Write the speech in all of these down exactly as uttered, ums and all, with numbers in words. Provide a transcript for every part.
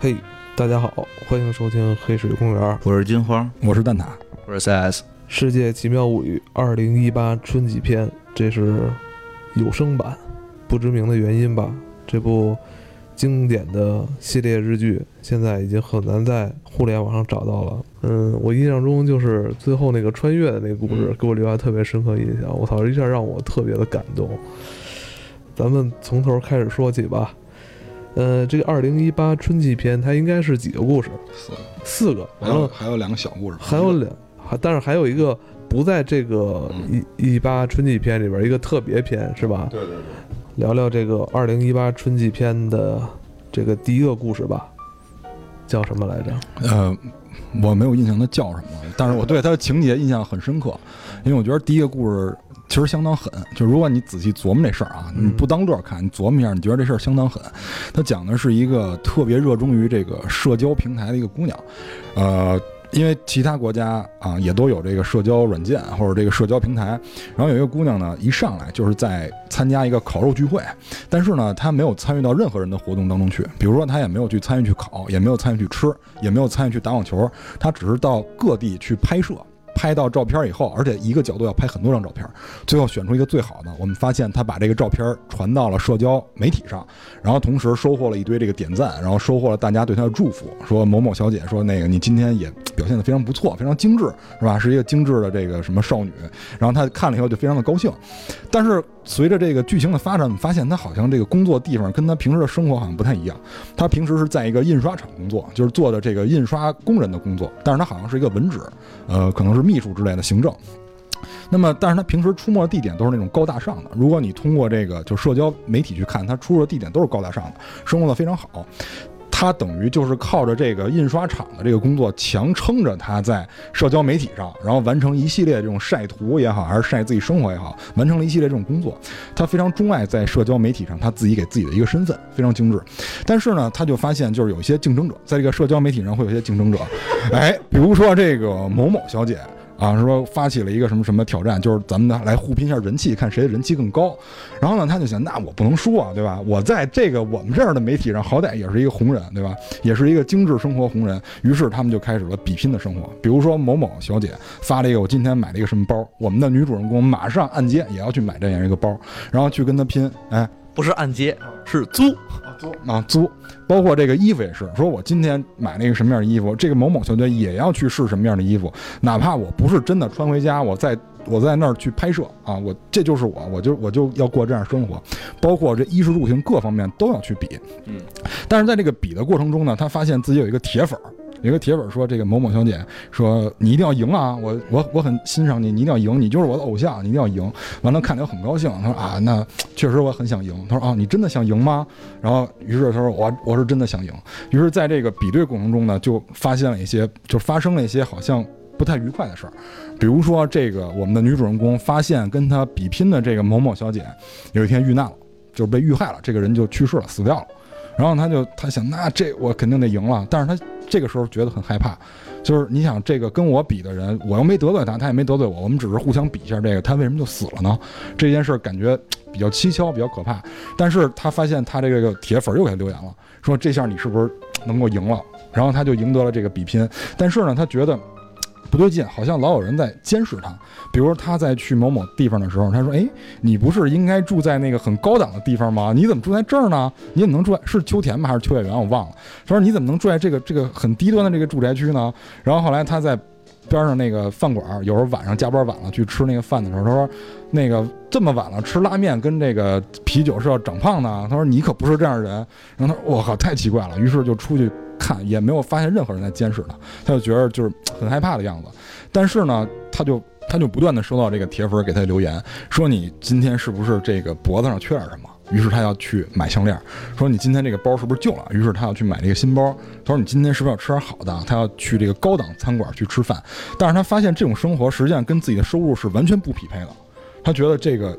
嘿、hey, 大家好，欢迎收听黑水公园， 我是金花， 我是蛋挞， 我是 C S。 世界奇妙物语二零一八春季篇，这是有声版，不知名的原因吧，这部经典的系列日剧现在已经很难在互联网上找到了。嗯，我印象中就是最后那个穿越的那个故事给我留下特别深刻印象，我操，一下让我特别的感动。咱们从头开始说起吧。呃，这个二零一八春季篇它应该是几个故事？ 四个， 四个， 还有还有两个小故事， 还有两，但是还有一个不在这个一一八春季篇里边，一个特别篇是吧？ 对对对。 聊聊这个二零一八春季篇的这个第一个故事吧，叫什么来着？ 呃，我没有印象它叫什么，但是我对它的情节印象很深刻，因为我觉得第一个故事其实相当狠，就如果你仔细琢磨这事儿啊，你不当乐看，你琢磨一下，你觉得这事儿相当狠。它讲的是一个特别热衷于这个社交平台的一个姑娘，呃。因为其他国家啊也都有这个社交软件或者这个社交平台，然后有一个姑娘呢，一上来就是在参加一个烤肉聚会，但是呢，她没有参与到任何人的活动当中去，比如说她也没有去参与去烤，也没有参与去吃，也没有参与去打网球，她只是到各地去拍摄。拍到照片以后，而且一个角度要拍很多张照片，最后选出一个最好的。我们发现他把这个照片传到了社交媒体上，然后同时收获了一堆这个点赞，然后收获了大家对他的祝福，说某某小姐说那个你今天也表现得非常不错，非常精致，是吧？是一个精致的这个什么少女。然后他看了以后就非常的高兴。但是随着这个剧情的发展，我们发现他好像这个工作地方跟他平时的生活好像不太一样。他平时是在一个印刷厂工作，就是做的这个印刷工人的工作，但是他好像是一个文职，呃，可能是秘书之类的行政。那么，但是他平时出没的地点都是那种高大上的。如果你通过这个就社交媒体去看，他出入的地点都是高大上的，生活的非常好。他等于就是靠着这个印刷厂的这个工作强撑着他在社交媒体上，然后完成一系列这种晒图也好，还是晒自己生活也好，完成了一系列这种工作。他非常钟爱在社交媒体上他自己给自己的一个身份，非常精致。但是呢，他就发现就是有一些竞争者，在这个社交媒体上会有一些竞争者，哎，比如说这个某某小姐。啊，说发起了一个什么什么挑战，就是咱们来互拼一下人气，看谁的人气更高。然后呢，他就想，那我不能输啊，对吧？我在这个我们这样的媒体上，好歹也是一个红人，对吧？也是一个精致生活红人。于是他们就开始了比拼的生活。比如说某某小姐发了一个我今天买了一个什么包，我们的女主人公马上按揭也要去买这样一个包，然后去跟他拼。哎， 不是按揭，是租啊租啊租。包括这个衣服也是，说我今天买了一个什么样的衣服，这个某某小姐也要去试什么样的衣服，哪怕我不是真的穿回家，我在我在那儿去拍摄啊，我这就是我，我就我就要过这样生活，包括这衣食住行各方面都要去比。嗯，但是在这个比的过程中呢，他发现自己有一个铁粉。有一个铁粉说，这个某某小姐说你一定要赢啊，我我我很欣赏你，你一定要赢，你就是我的偶像，你一定要赢。完了看了很高兴，他说啊，那确实我很想赢。他说啊，你真的想赢吗？然后于是他说我我是真的想赢。于是在这个比对过程中呢，就发现了一些，就发生了一些好像不太愉快的事儿。比如说这个我们的女主人公发现跟她比拼的这个某某小姐有一天遇难了，就是被遇害了，这个人就去世了，死掉了。然后他就他想，那这我肯定得赢了，但是他这个时候觉得很害怕，就是你想这个跟我比的人，我又没得罪他，他也没得罪我，我们只是互相比一下这个，他为什么就死了呢？这件事感觉比较蹊跷，比较可怕。但是他发现他这个铁粉又给他留言了，说这下你是不是能够赢了？然后他就赢得了这个比拼。但是呢，他觉得不对劲，好像老有人在监视他。比如他在去某某地方的时候，他说：“哎，你不是应该住在那个很高档的地方吗？你怎么住在这儿呢？你怎么能住在是秋田吗？还是秋叶原？我忘了。他说你怎么能住在这个这个很低端的这个住宅区呢？”然后后来他在边上那个饭馆，有时候晚上加班晚了去吃那个饭的时候，他说：“那个这么晚了吃拉面跟这个啤酒是要长胖的。”他说：“你可不是这样的人。”然后他说：“我靠，太奇怪了。”于是就出去看，也没有发现任何人在监视他，他就觉得就是很害怕的样子。但是呢，他就他就不断的收到这个铁粉给他留言，说你今天是不是这个脖子上缺点什么？于是他要去买项链，说你今天这个包是不是旧了？于是他要去买这个新包。他说你今天是不是要吃点好的？他要去这个高档餐馆去吃饭。但是他发现这种生活实际上跟自己的收入是完全不匹配的。他觉得这个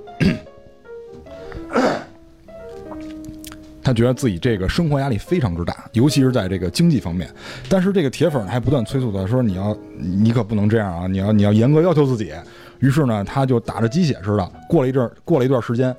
他觉得自己这个生活压力非常之大，尤其是在这个经济方面。但是这个铁粉还不断催促他说：“你要，你可不能这样啊！你要，你要严格要求自己。”于是呢，他就打着鸡血似的，过了一阵，过了一段时间，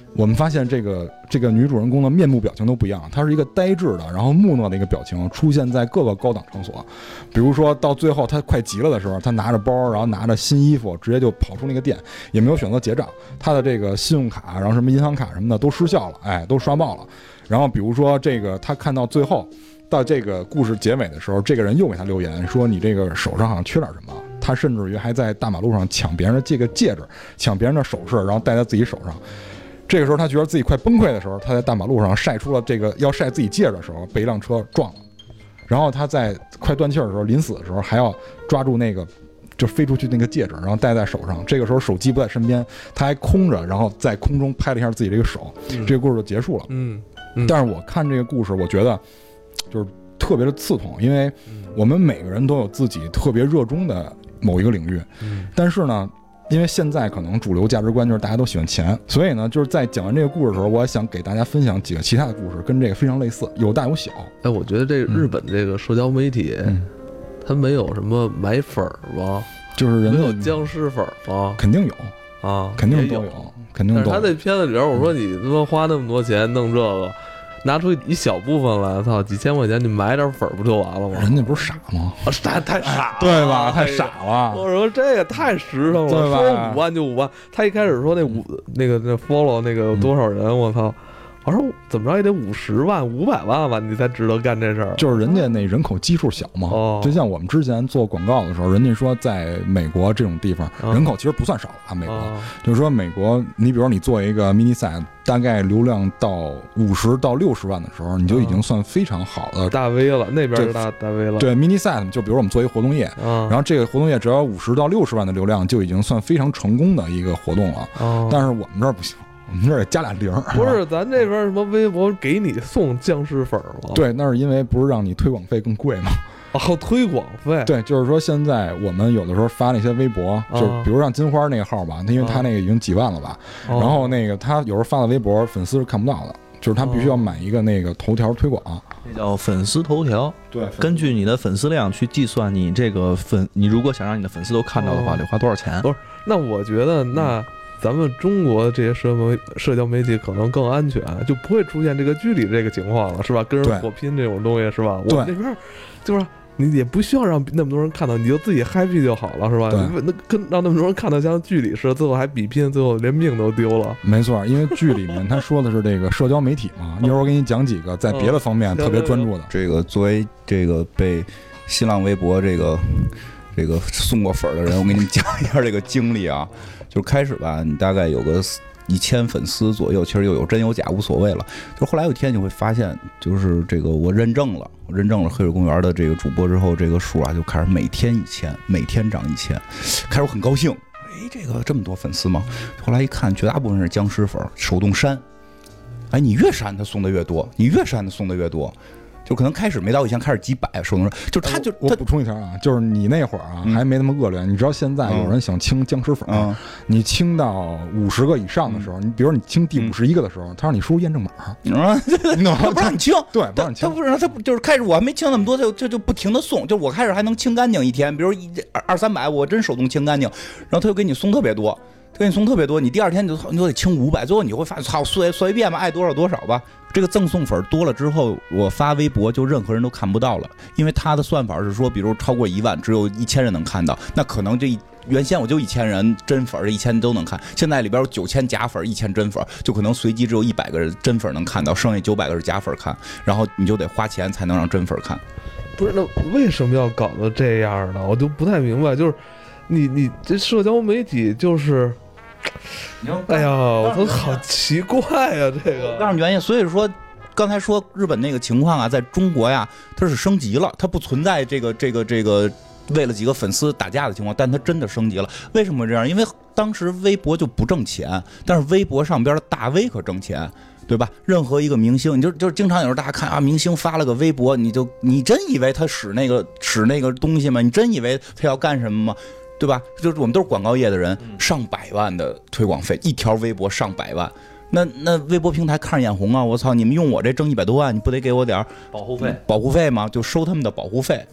我们发现这个这个女主人公的面部表情都不一样，她是一个呆滞的，然后木讷的一个表情，出现在各个高档场所。比如说到最后她快急了的时候，她拿着包，然后拿着新衣服，直接就跑出那个店，也没有选择结账，她的这个信用卡，然后什么银行卡什么的都失效了，哎，都刷爆了。然后比如说这个，她看到最后到这个故事结尾的时候，这个人又给她留言说你这个手上好像缺点什么。她甚至于还在大马路上抢别人的这个戒指，抢别人的首饰，然后戴在自己手上。这个时候，他觉得自己快崩溃的时候，他在大马路上晒出了这个要晒自己戒指的时候，被一辆车撞了。然后他在快断气儿的时候，临死的时候还要抓住那个就飞出去那个戒指，然后戴在手上。这个时候手机不在身边，他还空着，然后在空中拍了一下自己这个手， 嗯、 这个故事就结束了。 嗯，嗯但是我看这个故事，我觉得就是特别的刺痛，因为我们每个人都有自己特别热衷的某一个领域， 嗯、 但是呢。因为现在可能主流价值观就是大家都喜欢钱，所以呢，就是在讲完这个故事的时候，我想给大家分享几个其他的故事，跟这个非常类似，有大有小。 哎，我觉得这个日本这个社交媒体， 嗯、 它没有什么买粉儿吗？ 就是人没有僵尸粉儿吗？ 肯定有啊， 肯定都有， 肯定都有。 但是他那片子里边，我说你他妈花那么多钱弄这个。拿出一小部分来，操，几千块钱你买点粉不就完了吗？ 人家不是傻吗？ 啊，太太傻了， 对吧？太傻了。 我说这个太实诚了，说五万就五万。他一开始说那五那个那 follow 那个多少人，嗯、我操！我说怎么着也得五十万、五百万吧，你才值得干这事儿。 就是人家那人口基数小嘛， 哦、 就像我们之前做广告的时候，人家说在美国这种地方，哦、人口其实不算少啊。美国、哦、就是说美国，你比如你做一个 mini site， 大概流量到五十到六十万的时候，你就已经算非常好的、 哦、大 V 了。那边是大大 V 了。 对 mini site， 就比如我们做一个活动页， 哦、 然后这个活动页只要五十到六十万的流量，就已经算非常成功的一个活动了。 哦、 但是我们这儿不行。我们这儿得加俩零， 不是咱这边什么微博给你送僵尸粉吗？ 对，那是因为不是让你推广费更贵吗？ 哦，推广费。 对，就是说现在我们有的时候发那些微博， 哦、 就比如让金花那个号吧，因为他那个已经几万了吧， 哦、 然后那个他有时候发的微博粉丝是看不到的，就是他必须要买一个那个头条推广， 那叫粉丝头条。 对， 根据你的粉丝量去计算你这个粉，你如果想让你的粉丝都看到的话，得花多少钱？ 不是，那我觉得那。咱们中国的这些社媒社交媒体可能更安全，就不会出现这个剧里这个情况了，是吧？跟人火拼这种东西，是吧？我们这边就是你也不需要让那么多人看到，你就自己 happy 就好了，是吧？那跟让那么多人看到像剧里似的，最后还比拼，最后连命都丢了。 没错，因为剧里面他说的是这个社交媒体嘛，一会儿我给你讲几个在别的方面特别专注的。 这个作为这个被新浪微博这个这个送过粉的人，我给你们讲一下这个经历啊。就开始吧，你大概有个一千粉丝左右，其实又有真有假无所谓了。就后来有一天你会发现，就是这个我认证了，我认证了黑水公园的这个主播之后，这个数啊就开始每天一千，每天涨一千，开始我很高兴，哎，这个这么多粉丝吗？后来一看，绝大部分是僵尸粉，手动删，哎，你越删他送的越多，你越删他送的越多。就可能开始没到以前开始几百手动，就是他就我补充一条啊，就是你那会儿啊、嗯、还没那么恶劣，你知道现在有人想清僵尸粉，嗯、你清到五十个以上的时候，嗯、你比如你清第五十一个的时候，他让你输入验证码， 嗯、你懂吗？他不让你清， 对，不让你清， 他不让他就是开始我还没清那么多，就就就不停的送，就我开始还能清干净一天，比如一二三百，我真手动清干净，然后他就给你送特别多。给你送特别多，你第二天你就你就得清五百，最后你会发现，操，随随便吧，爱多少多少吧。这个赠送粉多了之后，我发微博就任何人都看不到了，因为他的算法是说，比如超过一万，只有一千人能看到，那可能这一原先我就一千人真粉，这一千都能看，现在里边有九千假粉，一千真粉，就可能随机只有一百个人真粉能看到，剩下九百个是假粉看，然后你就得花钱才能让真粉看。 不是，那为什么要搞得这样呢？我就不太明白，就是你你这社交媒体就是。哎呀，我都好奇怪呀、啊！这个， 告诉你原因，所以说刚才说日本那个情况啊，在中国呀，它是升级了，它不存在这个这个这个为了几个粉丝打架的情况，但它真的升级了。为什么这样？因为当时微博就不挣钱，但是微博上边的大 V 可挣钱。对吧？任何一个明星，你就就经常有时候大家看啊，明星发了个微博，你就你真以为他使那个使那个东西吗？你真以为他要干什么吗？对吧？就是我们都是广告业的人，上百万的推广费，一条微博上百万，那那微博平台看着眼红啊！我操，你们用我这挣一百多万，你不得给我点保护费？ 保护费吗？就收他们的保护费。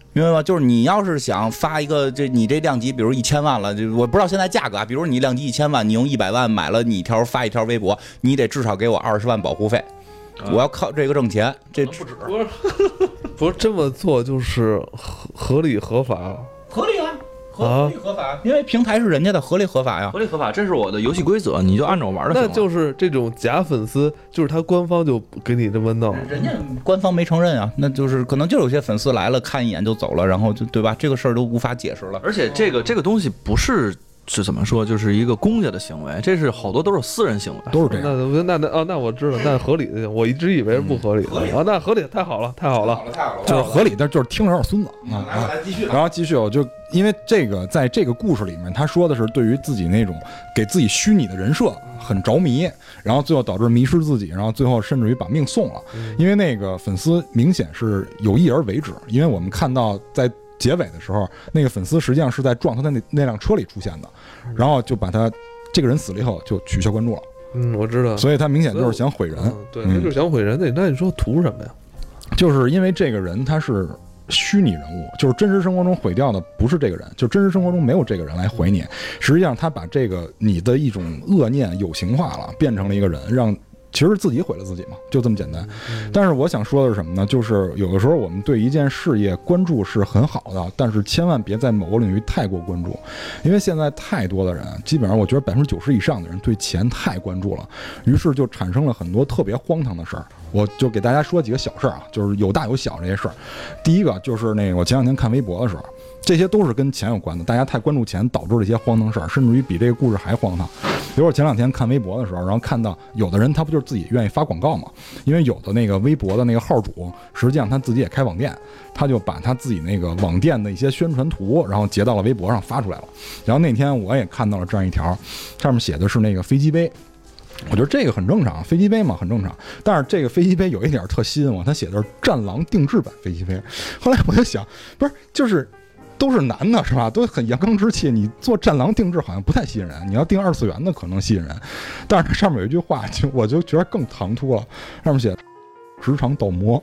明白吗？就是你要是想发一个这你这量级，比如一千万了，就我不知道现在价格啊，比如你量级一千万，你用一百万买了你一条发一条微博，你得至少给我二十万保护费，我要靠这个挣钱，这不止， 不是不是这么做就是合合理合法， 合理啊。合理合法，因为平台是人家的，合理合法呀， 合理合法，这是我的游戏规则，你就按照我玩的。 那就是这种假粉丝，就是他官方就给你这么弄， 人家官方没承认啊，那就是可能就有些粉丝来了看一眼就走了，然后就对吧？这个事儿都无法解释了。 而且这个这个东西不是是怎么说，就是一个公家的行为，这是好多都是私人行为， 都是这样。 那那那哦，那我知道，那合理的，我一直以为是不合理的啊、嗯哦，那合理，太好了，太好了， 太好了， 就是合理，但就是听着有点孙子啊。 来来继续， 然后继续，我就因为这个，在这个故事里面，他说的是对于自己那种给自己虚拟的人设很着迷，然后最后导致迷失自己，然后最后甚至于把命送了。因为那个粉丝明显是有意而为之，因为我们看到在结尾的时候，那个粉丝实际上是在撞他的那那辆车里出现的，然后就把他这个人死了以后就取消关注了。 嗯，我知道， 所以他明显就是想毁人。 嗯、对，他就是想毁人。那那你说图什么呀？ 就是因为这个人他是虚拟人物，就是真实生活中毁掉的不是这个人，就真实生活中没有这个人来毁你。实际上他把这个你的一种恶念有形化了，变成了一个人，让其实自己毁了自己嘛，就这么简单。但是我想说的是什么呢？就是有的时候我们对一件事业关注是很好的，但是千万别在某个领域太过关注，因为现在太多的人，基本上我觉得百分之九十以上的人对钱太关注了，于是就产生了很多特别荒唐的事儿。我就给大家说几个小事儿啊，就是有大有小这些事儿。第一个就是那个我前两天看微博的时候，这些都是跟钱有关的，大家太关注钱导致了一些荒唐事儿，甚至于比这个故事还荒唐。比如我前两天看微博的时候，然后看到有的人他不就是自己愿意发广告嘛，因为有的那个微博的那个号主实际上他自己也开网店，他就把他自己那个网店的一些宣传图然后截到了微博上发出来了。然后那天我也看到了这样一条，上面写的是那个飞机杯，我觉得这个很正常，飞机杯嘛很正常，但是这个飞机杯有一点特吸引我，他写的是战狼定制版飞机杯。后来我就想，不是就是都是男的是吧，都很阳刚之气，你做战狼定制好像不太吸引人，你要定二次元的可能吸引人。但是它上面有一句话就我就觉得更唐突了，上面写职场倒模。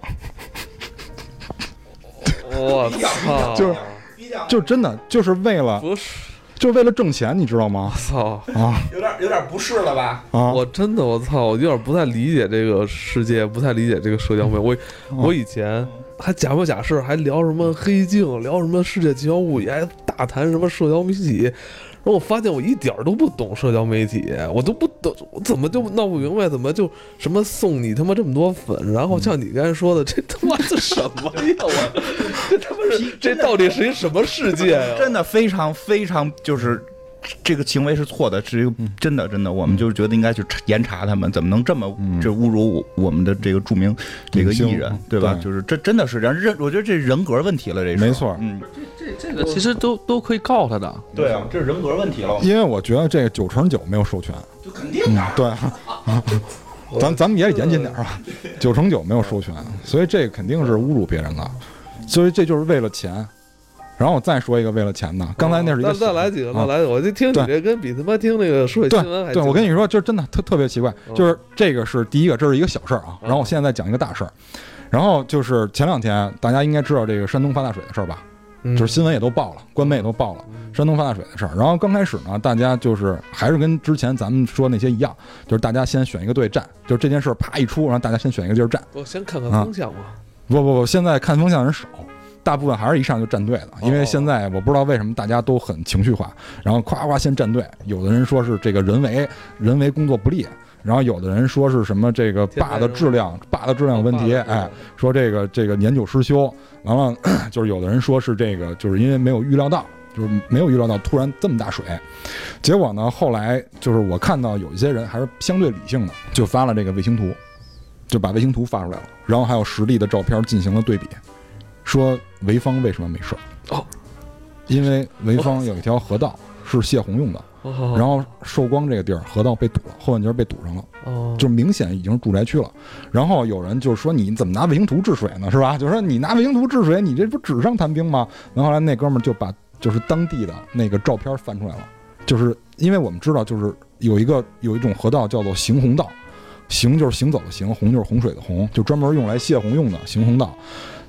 我操， 就是就真的就是为了不是就是为了挣钱，你知道吗？ 我操啊， 有点有点不适了吧？ 啊， 我真的我操，我有点不太理解这个世界，不太理解这个社交媒体。我我以前还假模假式，还聊什么黑镜，聊什么世界奇妙物语，还大谈什么社交媒体。然后我发现我一点都不懂社交媒体，我都不懂，我怎么就闹不明白，怎么就什么送你他妈这么多粉，然后像你刚才说的，这他妈这什么呀？我这他妈是这到底是一什么世界呀？ 真的非常非常就是这个行为是错的，是一个真的真的，我们就是觉得应该去严查他们，怎么能这么这侮辱我们的这个著名这个艺人，对吧？就是这真的是人人，我觉得这人格问题了，这是没错， 嗯。 这个其实都都可以告他的。 对啊，这是人格问题了。 因为我觉得这个九乘九没有授权， 就肯定的。 嗯、对，咱咱们也得严谨点啊。九乘九没有授权，所以这个肯定是侮辱别人的，所以这就是为了钱。然后我再说一个为了钱的，刚才那是一个、 哦、再来几个，再来几个，我就听你这跟比他妈听那个说新闻还对。对，我跟你说，就真的特特别奇怪，就是这个是第一个，这是一个小事儿啊。然后我现在再讲一个大事儿，然后就是前两天大家应该知道这个山东发大水的事儿吧？就是新闻也都报了，官媒也都报了山东发大水的事儿。然后刚开始呢，大家就是还是跟之前咱们说那些一样，就是大家先选一个队站，就这件事啪一出，然后大家先选一个地儿站。 我先看看风向嘛、啊。 不不不，现在看风向人少，大部分还是一上就站队的，因为现在我不知道为什么大家都很情绪化，然后夸夸先站队。有的人说是这个人为人为工作不力。然后有的人说是什么这个坝的质量，坝的质量问题，哎，说这个这个年久失修，完了就是有的人说是这个就是因为没有预料到，就是没有预料到突然这么大水，结果呢后来就是我看到有一些人还是相对理性的，就发了这个卫星图，就把卫星图发出来了，然后还有实地的照片进行了对比，说潍坊为什么没事哦，因为潍坊有一条河道是泄洪用的。然后寿光这个地儿河道被堵了，后半截被堵上了，哦，就明显已经是住宅区了。然后有人就说你怎么拿卫星图治水呢，是吧？就说你拿卫星图治水，你这不纸上谈兵吗？然后后来那哥们儿就把就是当地的那个照片翻出来了，就是因为我们知道就是有一个有一种河道叫做行洪道，行就是行走的行，洪就是洪水的洪，就专门用来泄洪用的行洪道。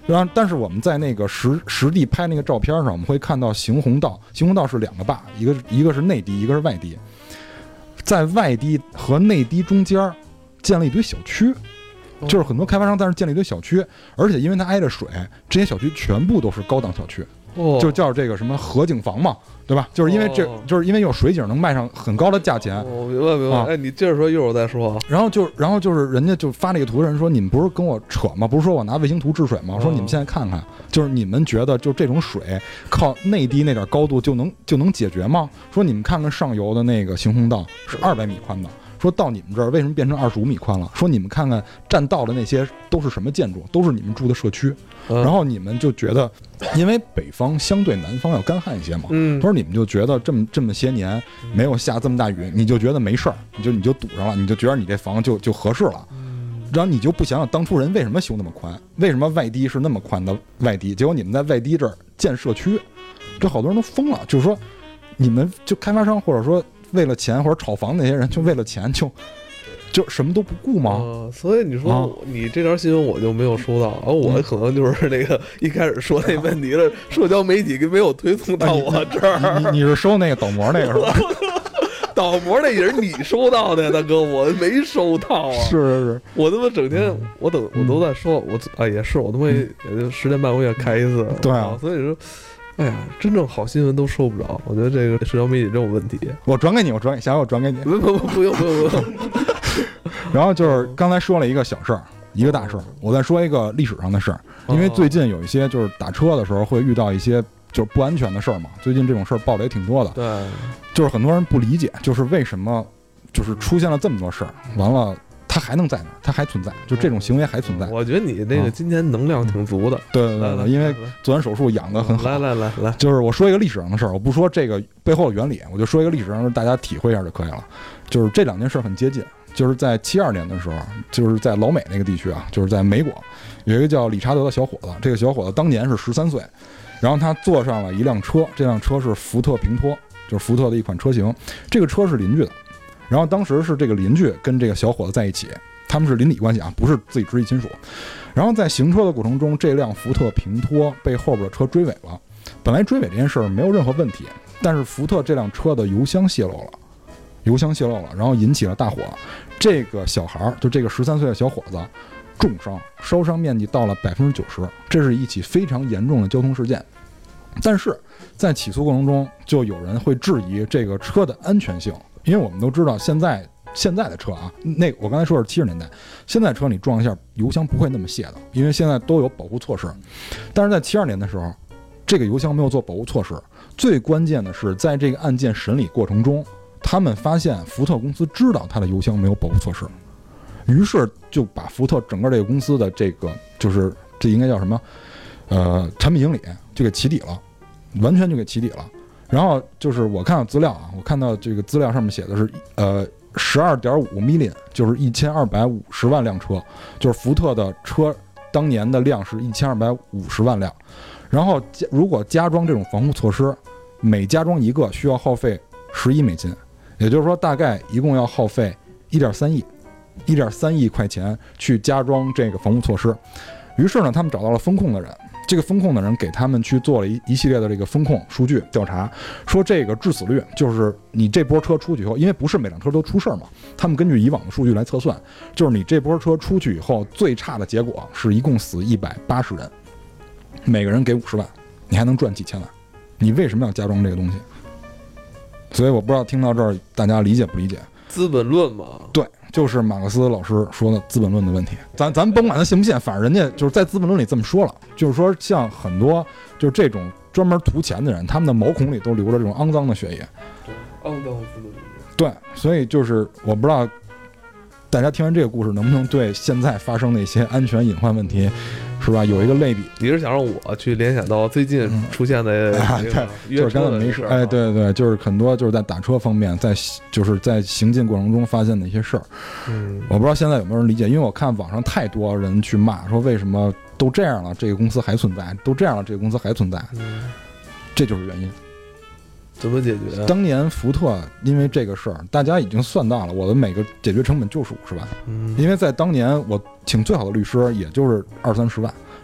然后，但是我们在那个实实地拍那个照片上，我们会看到行洪道，行洪道是两个坝，一个一个是内堤，一个是外堤，在外堤和内堤中间建了一堆小区，就是很多开发商在那建了一堆小区，而且因为它挨着水，这些小区全部都是高档小区， 哦， 就叫这个什么河景房嘛，对吧？就是因为这， 哦就是因为有水景能卖上很高的价钱。 哦，明白明白。 啊哎，你接着说，一会儿我再说。 然后就，然后就是人家就发这个图，人说你们不是跟我扯吗？不是说我拿卫星图治水吗？我说你们现在看看，就是你们觉得就这种水靠内堤那点高度就能就能解决吗？说你们看看上游的那个行洪道是二百米宽的，说到你们这儿为什么变成二十五米宽了？说你们看看占道的那些都是什么建筑？都是你们住的社区。 嗯然后你们就觉得，因为北方相对南方要干旱一些嘛， 嗯他说你们就觉得这么这么些年没有下这么大雨，你就觉得没事儿，你就你就堵上了，你就觉得你这房就就合适了，然后你就不想想当初人为什么修那么宽，为什么外堤是那么宽的外堤，结果你们在外堤这儿建社区，这好多人都疯了，就是说你们就开发商或者说为了钱或者炒房那些人就为了钱就就什么都不顾吗？ 呃所以你说、 啊你这条新闻我就没有收到，而、我嗯可能就是那个一开始说那问题了，社交媒体没有推送到我这儿。 你你是收那个倒模那个是吧？ 倒模那也是你收到的呀，大哥，我没收到啊。 是是是， 我他妈整天我等我都在说，我啊也是我他妈也就十天半个月开一次， 对啊所以说，哎呀，真正好新闻都收不着，我觉得这个社交媒体这种问题， 我转给你，我转给，下回我转给你。 不不不不用不用不用， 然后就是刚才说了一个小事儿，一个大事儿，我再说一个历史上的事儿。因为最近有一些就是打车的时候会遇到一些就是不安全的事儿嘛，最近这种事儿报的也挺多的。 对， 就是很多人不理解，就是为什么就是出现了这么多事儿，完了它还能在那儿，它还存在，就这种行为还存在。 我觉得你那个今天能量挺足的， 对对对对， 来来因为来做完手术养得很好。 来来来来， 就是我说一个历史上的事儿，我不说这个背后的原理，我就说一个历史上的，大家体会一下就可以了。就是这两件事很接近，就是在七二年的时候，就是在老美那个地区啊，就是在美国，有一个叫理查德的小伙子，这个小伙子当年是十三岁，然后他坐上了一辆车，这辆车是福特平托，就是福特的一款车型，这个车是邻居的，然后当时是这个邻居跟这个小伙子在一起，他们是邻里关系啊，不是自己直系亲属。然后在行车的过程中，这辆福特平托被后边的车追尾了。本来追尾这件事儿没有任何问题，但是福特这辆车的油箱泄漏了，油箱泄漏了，然后引起了大火。这个小孩儿，就这个十三岁的小伙子，重伤，烧伤面积到了百分之九十，这是一起非常严重的交通事件。但是在起诉过程中，就有人会质疑这个车的安全性，因为我们都知道现在。现在的车啊，那我刚才说是七十年代，现在车你撞一下油箱不会那么泄的，因为现在都有保护措施。但是在七二年的时候，这个油箱没有做保护措施。最关键的是，在这个案件审理过程中，他们发现福特公司知道他的油箱没有保护措施，于是就把福特整个这个公司的这个就是这应该叫什么，呃，产品经理就给起底了，完全就给起底了。然后就是我看到资料啊，我看到这个资料上面写的是呃。十二点五 million 就是一千二百五十万辆车，就是福特的车当年的量是一千二百五十万辆。然后如果加装这种防护措施，每加装一个需要耗费十亿美金，也就是说大概一共要耗费一点三亿，一点三亿块钱去加装这个防护措施。于是呢，他们找到了风控的人。这个风控的人给他们去做了一一系列的这个风控数据调查，说这个致死率就是你这波车出去以后，因为不是每辆车都出事儿嘛，他们根据以往的数据来测算，就是你这波车出去以后最差的结果是一共死一百八十人，每个人给五十万，你还能赚几千万，你为什么要加装这个东西？所以我不知道听到这儿大家理解不理解？ 资本论嘛， 对。就是马克思老师说的资本论的问题，咱咱甭管他信不信，反正人家就是在资本论里这么说了，就是说像很多就是这种专门图钱的人，他们的毛孔里都流着这种肮脏的血液， 肮脏资本论。 对，所以就是我不知道大家听完这个故事能不能对现在发生的一些安全隐患问题，是吧？有一个类比。 你是想让我去联想到最近出现的那个、嗯啊、就是刚才没事，哎，对对，就是很多就是在打车方面，在就是在行进过程中发现的一些事儿。 嗯， 我不知道现在有没有人理解，因为我看网上太多人去骂说为什么都这样了，这个公司还存在；都这样了，这个公司还存在。 嗯， 这就是原因。 怎么解决、啊？ 当年福特因为这个事儿，大家已经算到了，我的每个解决成本就是五十万。 嗯， 因为在当年我请最好的律师也就是二三十万，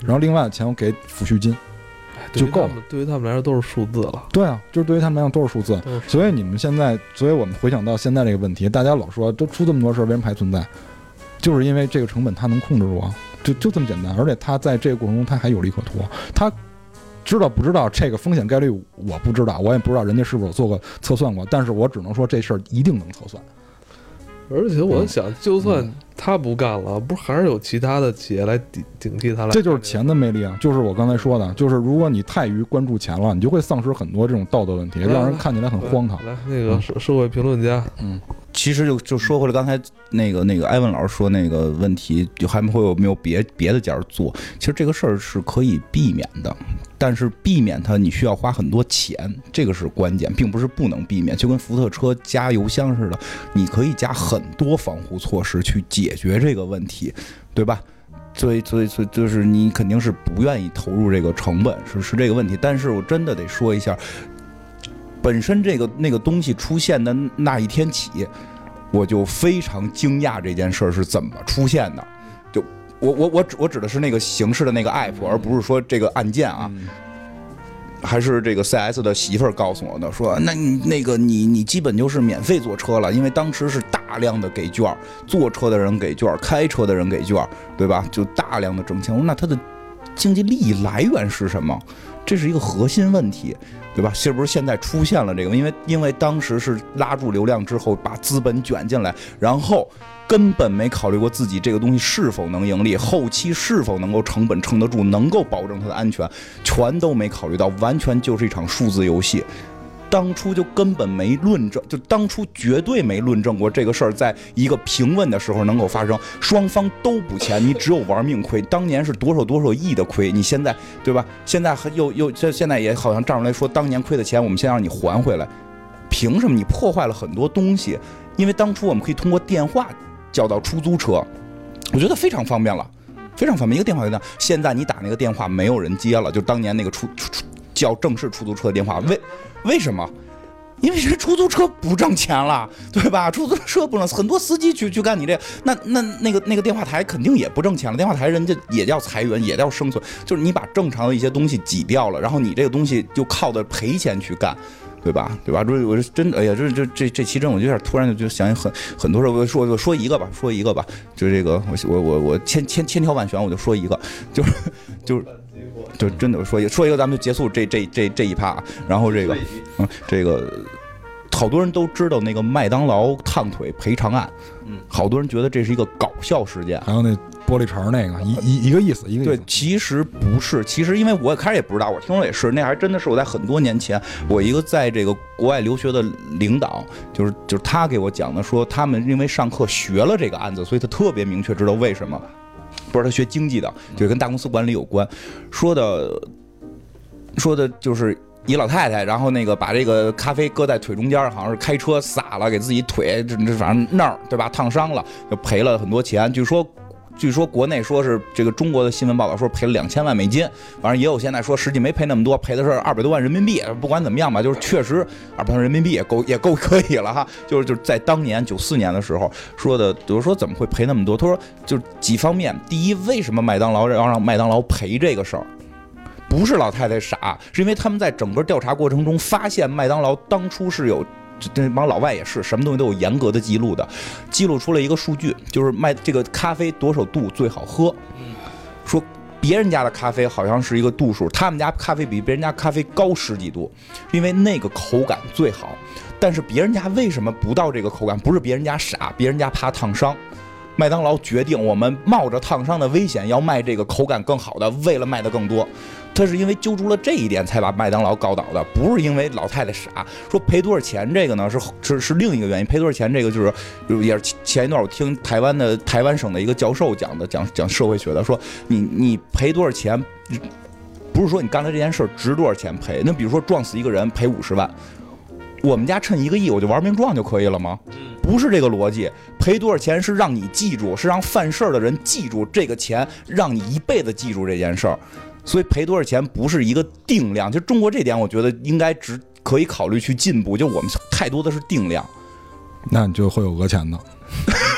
然后另外的钱我给抚恤金。就够了， 对于他们来说都是数字了。 对啊，就是对于他们来讲都是数字。所以你们现在，所以我们回想到现在这个问题，大家老说都出这么多事，为什么还存在？就是因为这个成本它能控制住啊，就就这么简单。而且它在这个过程中，它还有利可图。它知道不知道这个风险概率，我不知道，我也不知道人家是否做过测算过，但是我只能说这事儿一定能测算。 而且我想，就算他不干了，不是还是有其他的企业来顶顶替他来？ 这就是钱的魅力啊！就是我刚才说的，就是如果你太于关注钱了，你就会丧失很多这种道德问题，让人看起来很荒唐。 来，那个社社会评论家， 嗯， 其实就就说回来，刚才那个那个艾文老师说那个问题，就还会有没有别别的家做？其实这个事儿是可以避免的。但是避免它，你需要花很多钱，这个是关键，并不是不能避免。就跟福特车加油箱似的，你可以加很多防护措施去解决这个问题，对吧？所以，所以，所以就是你肯定是不愿意投入这个成本，是是这个问题。但是我真的得说一下，本身这个那个东西出现的那一天起，我就非常惊讶这件事是怎么出现的。就我我我指我指的是那个形式的那个 app， 而不是说这个按键啊。嗯，还是这个 C S 的媳妇儿告诉我的，说那你那个你你基本就是免费坐车了，因为当时是大量的给券，坐车的人给券，开车的人给券，对吧？就大量的挣钱。那它的经济利益来源是什么？这是一个核心问题，对吧？是不是现在出现了这个？因为因为当时是拉住流量之后，把资本卷进来，然后根本没考虑过自己这个东西是否能盈利，后期是否能够成本撑得住，能够保证它的安全，全都没考虑到，完全就是一场数字游戏。当初就根本没论证，就当初绝对没论证过这个事儿在一个平稳的时候能够发生，双方都不钱，你只有玩命亏。当年是多少多少亿的亏，你现在对吧？现在又又现在也好像站出来说，当年亏的钱我们现在让你还回来，凭什么？你破坏了很多东西。因为当初我们可以通过电话叫到出租车，我觉得非常方便了，非常方便，一个电话就这样。现在你打那个电话没有人接了，就当年那个出出叫正式出租车的电话，为为什么？因为这出租车不挣钱了，对吧？出租车不挣，很多司机去去干你这，那那那个那个电话台肯定也不挣钱了。电话台人家也要裁员，也要生存，就是你把正常的一些东西挤掉了，然后你这个东西就靠着赔钱去干。对吧？对吧？我是真的，哎呀，这这这这期真，我就有点突然就想起很很多事。我说我说一个吧，说一个吧，就这个，我我我我千千千挑万选，我就说一个，就是就是就真的说一个说一个，咱们就结束这这这这一趴。然后这个嗯，这个好多人都知道那个麦当劳烫腿赔偿案，嗯，好多人觉得这是一个搞笑事件， 还有那玻璃碴那个一一一个意思，一个意思。 对，其实不是，其实因为我开始也不知道，我听说也是，那还真的是我在很多年前，我一个在这个国外留学的领导，就是就是他给我讲的，说他们因为上课学了这个案子，所以他特别明确知道为什么。不是他学经济的，就跟大公司管理有关，说的说的就是一老太太，然后那个把这个咖啡搁在腿中间，好像是开车洒了，给自己腿这这反正那儿对吧，烫伤了，就赔了很多钱。据说。据说国内说是这个中国的新闻报道说赔了两千万美金，反正也有现在说实际没赔那么多，赔的是二百多万人民币。不管怎么样吧，就是确实二百多万人民币也够也够可以了哈。就是就是在当年九四年的时候说的，比如说怎么会赔那么多？他说就是几方面，第一，为什么麦当劳要让麦当劳赔这个事儿？不是老太太傻，是因为他们在整个调查过程中发现麦当劳当初是有。这帮老外也是，什么东西都有严格的记录的，记录出了一个数据，就是卖这个咖啡多少度最好喝。说别人家的咖啡好像是一个度数，他们家咖啡比别人家咖啡高十几度，因为那个口感最好。但是别人家为什么不到这个口感？不是别人家傻，别人家怕烫伤。麦当劳决定，我们冒着烫伤的危险要卖这个口感更好的，为了卖的更多。他是因为揪住了这一点才把麦当劳告倒的，不是因为老太太傻。说赔多少钱这个呢？是是是另一个原因。赔多少钱这个就是也是前一段我听台湾的台湾省的一个教授讲的，讲讲社会学的，说你你赔多少钱，不是说你干了这件事值多少钱赔。那比如说撞死一个人赔五十万，我们家趁一个亿我就玩命撞就可以了吗？不是这个逻辑。赔多少钱是让你记住，是让犯事儿的人记住这个钱，让你一辈子记住这件事儿。所以赔多少钱不是一个定量，就中国这点我觉得应该只可以考虑去进步，就我们太多的是定量。 那你就会有讹钱的。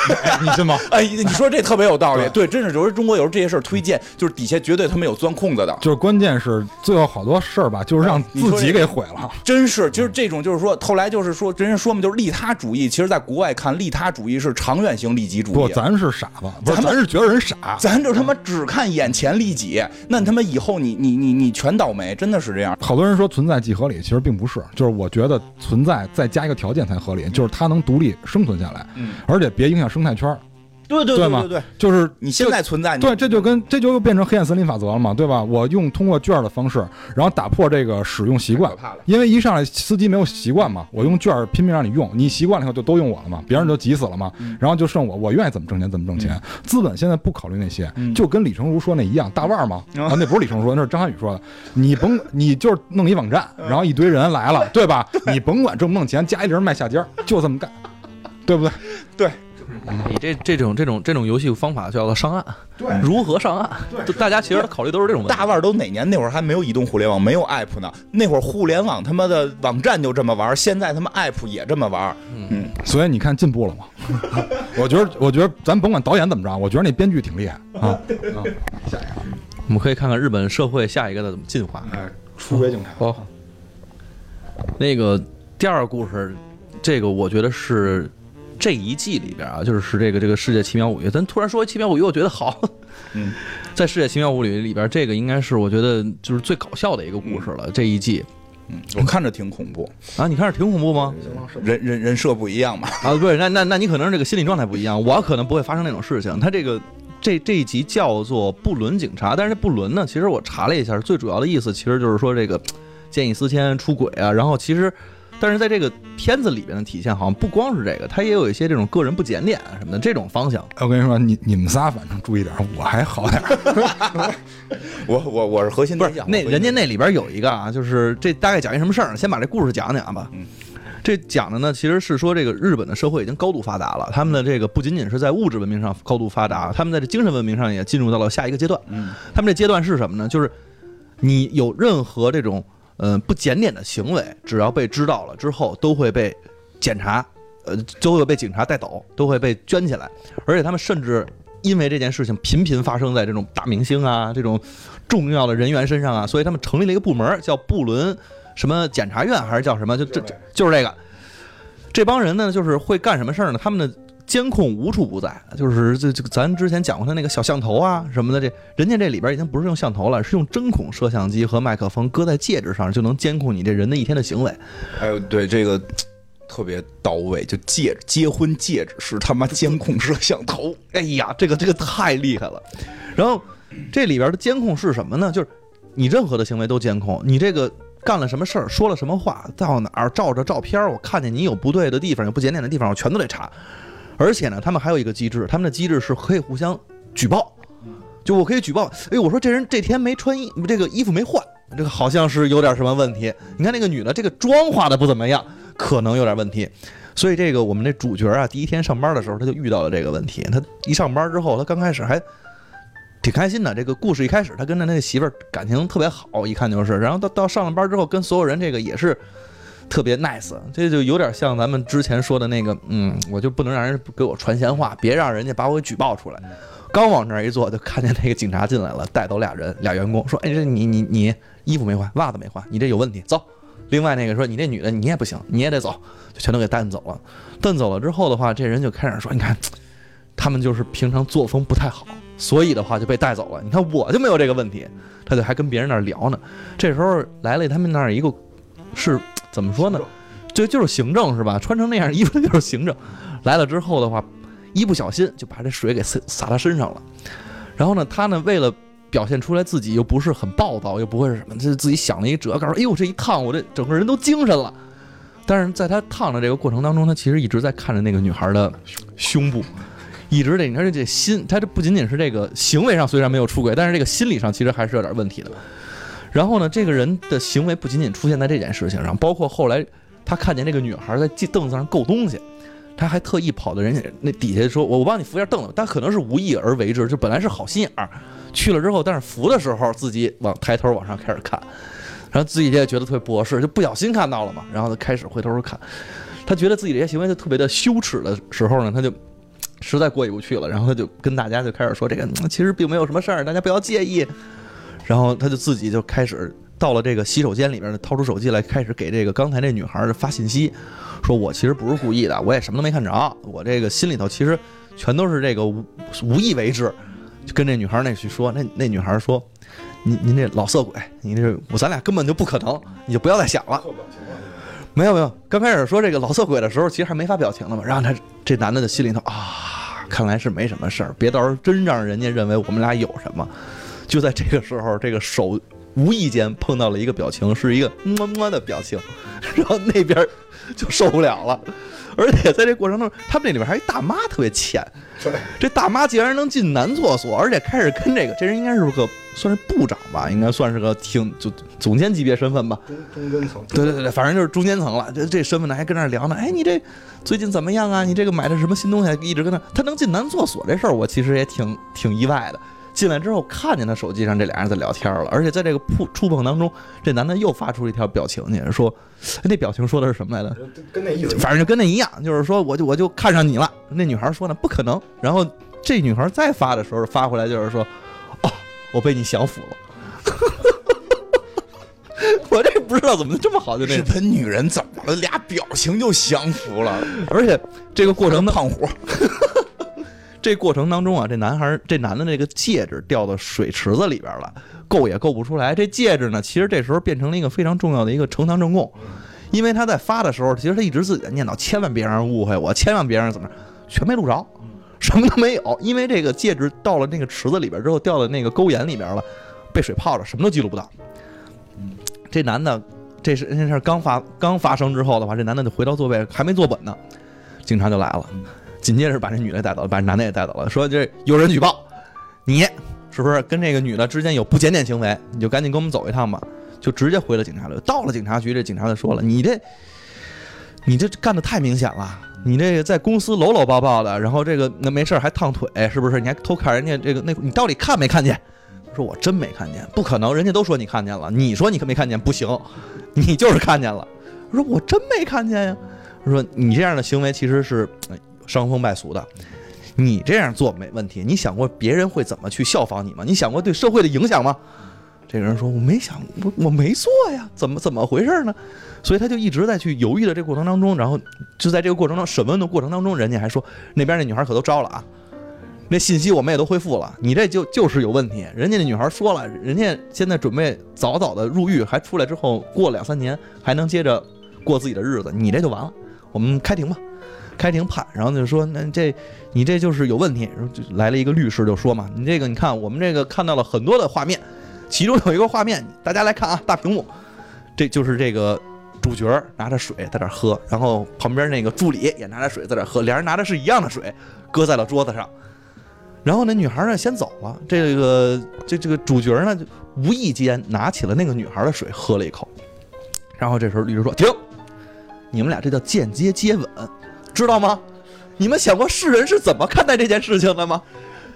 你信吗？ 哎，你说这特别有道理，对，真是有时候中国有时候这些事儿推荐，就是底下绝对他们有钻空子的， 就是关键是最后好多事儿吧，就是让自己给毁了。 真是，就是这种，就是说，后来就是说，人家说嘛，就是利他主义。其实，在国外看，利他主义是长远型利己主义。 不，咱是傻子，不是，咱是觉得人傻， 咱就他妈只看眼前利己，那他妈以后你你你你全倒霉，真的是这样。 好多人说存在即合理，其实并不是，就是我觉得存在再加一个条件才合理，就是它能独立生存下来， 嗯， 而且别影响生态圈。 对对对对对， 就是你现在存在， 对，这就跟这就又变成黑暗森林法则了嘛，对吧？我用通过券的方式，然后打破这个使用习惯，因为一上来司机没有习惯嘛，我用券拼命让你用，你习惯了以后就都用我了嘛，别人就急死了嘛，然后就剩我，我愿意怎么挣钱怎么挣钱。资本现在不考虑那些，就跟李成儒说那一样，大腕嘛，啊，那不是李成儒，那是张涵予说的，你甭你就是弄一网站，然后一堆人来了，对吧？你甭管挣不挣钱，加一零卖下家，就这么干，对不对？ 对。 你这这种这种这种游戏方法叫做上岸，对，如何上岸？对，大家其实考虑都是这种问题。 大腕都哪年？那会儿还没有移动互联网，没有 app 呢。那会儿互联网他妈的网站就这么玩，现在他妈 app 也这么玩。嗯， 所以你看进步了吗？我觉得，我觉得咱甭管导演怎么着，我觉得那编剧挺厉害啊。下一个， 我们可以看看日本社会下一个的怎么进化。 哎，出轨警察。 哦，那个第二个故事，这个我觉得是。这一季里边啊，就是是这个这个世界奇妙物语。咱突然说奇妙物语，我觉得好。 嗯， 在世界奇妙物语里边，这个应该是我觉得就是最搞笑的一个故事了。嗯、这一季， 嗯，我看着挺恐怖啊。你看着挺恐怖吗？ 人人人设不一样嘛。 啊，对，那那那你可能是这个心理状态不一样。我可能不会发生那种事情。他这个这这一集叫做布伦警察，但是这布伦呢，其实我查了一下，最主要的意思其实就是说这个见异思迁、出轨啊，然后其实。但是在这个片子里边的体现，好像不光是这个，它也有一些这种个人不检点什么的这种方向。 我跟你说，你你们仨反正注意点，我还好点。 我我我是核心对象。 那人家那里边有一个啊，就是这大概讲一什么事儿？先把这故事讲讲吧。 嗯， 这讲的呢，其实是说这个日本的社会已经高度发达了，他们的这个不仅仅是在物质文明上高度发达，他们在这精神文明上也进入到了下一个阶段。 嗯， 他们这阶段是什么呢？就是你有任何这种。嗯，不检点的行为，只要被知道了之后，都会被检查，呃，都会被警察带走，都会被圈起来。而且他们甚至因为这件事情频频发生在这种大明星啊、这种重要的人员身上啊，所以他们成立了一个部门，叫布伦什么检察院还是叫什么？就这就是这个。这帮人呢，就是会干什么事儿呢？他们的监控无处不在，就是这这个咱之前讲过他那个小象头啊什么的，这人家这里边已经不是用象头了，是用针孔摄像机和麦克风搁在戒指上，就能监控你这人的一天的行为。 还有对这个特别到位，就戒指结婚戒指是他妈监控摄像头， 哎呀，这个这个太厉害了。然后这里边的监控是什么呢？就是你任何的行为都监控，你这个。干了什么事儿，说了什么话，到哪儿照着照片，我看见你有不对的地方，有不检点的地方，我全都得查。而且呢，他们还有一个机制，他们的机制是可以互相举报。就我可以举报，哎，我说这人这天没穿衣，这个衣服没换，这个好像是有点什么问题。你看那个女的，这个妆化的不怎么样，可能有点问题。所以这个我们这主角啊，第一天上班的时候，他就遇到了这个问题。他一上班之后，他刚开始还。挺开心的，这个故事一开始他跟着那个媳妇儿感情特别好，一看就是，然后到到上了班之后跟所有人这个也是特别 nice， 这就有点像咱们之前说的那个，嗯，我就不能让人给我传闲话，别让人家把我给举报出来。刚往那儿一坐，就看见那个警察进来了，带走俩人，俩员工，说，哎，这你你你衣服没换，袜子没换，你这有问题，走。另外那个说，你这女的你也不行，你也得走，就全都给带走了。带走了之后的话，这人就开始说，你看，他们就是平常作风不太好。所以的话就被带走了。你看我就没有这个问题，他就还跟别人那儿聊呢。这时候来了他们那儿一个，是怎么说呢？就就是行政是吧？穿成那样衣服就是行政。来了之后的话，一不小心就把这水给洒他身上了。然后呢，他呢为了表现出来自己又不是很暴躁，又不会是什么，就是自己想了一辙，告诉哎呦这一烫我这整个人都精神了。但是在他烫的这个过程当中，他其实一直在看着那个女孩的胸部。一直这，你看这心，他这不仅仅是这个行为上虽然没有出轨，但是这个心理上其实还是有点问题的。然后呢，这个人的行为不仅仅出现在这件事情上，包括后来他看见这个女孩在凳子上够东西，他还特意跑到人家那底下说：“我我帮你扶一下凳子。”但可能是无意而为之，就本来是好心眼儿，去了之后，但是扶的时候自己往抬头往上开始看，然后自己也觉得特别不合适，就不小心看到了嘛，然后他开始回头看，他觉得自己这些行为就特别的羞耻的时候呢，他就。 实在过意不去了，然后他就跟大家就开始说这个、嗯、其实并没有什么事儿，大家不要介意。然后他就自己就开始到了这个洗手间里边，掏出手机来开始给这个刚才这女孩发信息，说我其实不是故意的，我也什么都没看着，我这个心里头其实全都是这个无无意为之。就跟这女孩那去说，那那女孩说，您您这老色鬼，你这我咱俩根本就不可能，你就不要再想了。没有没有，刚开始说这个老色鬼的时候，其实还没发表情了嘛。然后他这男的的心里头啊，看来是没什么事儿，别到时候真让人家认为我们俩有什么。就在这个时候，这个手无意间碰到了一个表情，是一个么么的表情，然后那边就受不了了。而且在这过程中，他们那里边还有一大妈特别欠，这大妈竟然能进男厕所，而且开始跟这个这人应该是个算是部长吧，应该算是个挺就总监级别身份吧， 中中间层， 对对对对，反正就是中间层了。这这身份呢还跟那聊呢，哎，你这最近怎么样啊？你这个买的什么新东西？一直跟那，他能进男厕所这事儿，我其实也挺挺意外的。进来之后看见他手机上这俩人在聊天了，而且在这个触触碰当中，这男的又发出了一条表情去，说那表情说的是什么来着？ 跟那意思， 反正就跟那一样，就是说我就我就看上你了。那女孩说呢，不可能。然后这女孩再发的时候发回来就是说，哦，我被你降服了。我这不知道怎么这么好，就那日本女人怎么了？俩表情就降服了， 而且这个过程胖虎。 这过程当中啊，这男孩这男的那个戒指掉到水池子里边了，够也够不出来。这戒指呢，其实这时候变成了一个非常重要的一个呈堂证供，因为他在发的时候，其实他一直自己在念叨，千万别让人误会我，千万别让人怎么着，全没录着，什么都没有。因为这个戒指到了那个池子里边之后，掉到那个沟眼里边了，被水泡着，什么都记录不到。这男的，这是这事刚发刚发生之后的话，这男的就回到座位，还没坐稳呢，警察就来了。紧接着把这女的带走了，把这男的也带走了，说这有人举报你是不是跟这个女的之间有不检点行为，你就赶紧跟我们走一趟吧。就直接回了警察局。到了警察局，这警察就说了，你这你这干得太明显了，你这个在公司搂搂抱抱的，然后这个那没事还烫腿，是不是？你还偷看人家这个那，你到底看没看见？说我真没看见，不可能，人家都说你看见了，你说你可没看见，不行，你就是看见了。我说我真没看见呀。说你这样的行为其实是伤风败俗的，你这样做没问题，你想过别人会怎么去效仿你吗？你想过对社会的影响吗？这个人说我没想，我我没做呀，怎么怎么回事呢？所以他就一直在去犹豫的这个过程当中，然后就在这个过程中审问的过程当中，人家还说那边那女孩可都招了啊，那信息我们也都恢复了，你这就就是有问题。人家那女孩说了，人家现在准备早早的入狱，还出来之后过两三年还能接着过自己的日子，你这就完了，我们开庭吧。开庭判，然后就说那这你这就是有问题，然后就来了一个律师就说嘛，你这个你看我们这个看到了很多的画面，其中有一个画面大家来看啊，大屏幕，这就是这个主角拿着水在这喝，然后旁边那个助理也拿着水在这喝，两人拿的是一样的水，搁在了桌子上。然后那女孩呢先走了，这个这这个主角呢就无意间拿起了那个女孩的水喝了一口，然后这时候律师说停，你们俩这叫间接接吻，知道吗？你们想过世人是怎么看待这件事情的吗？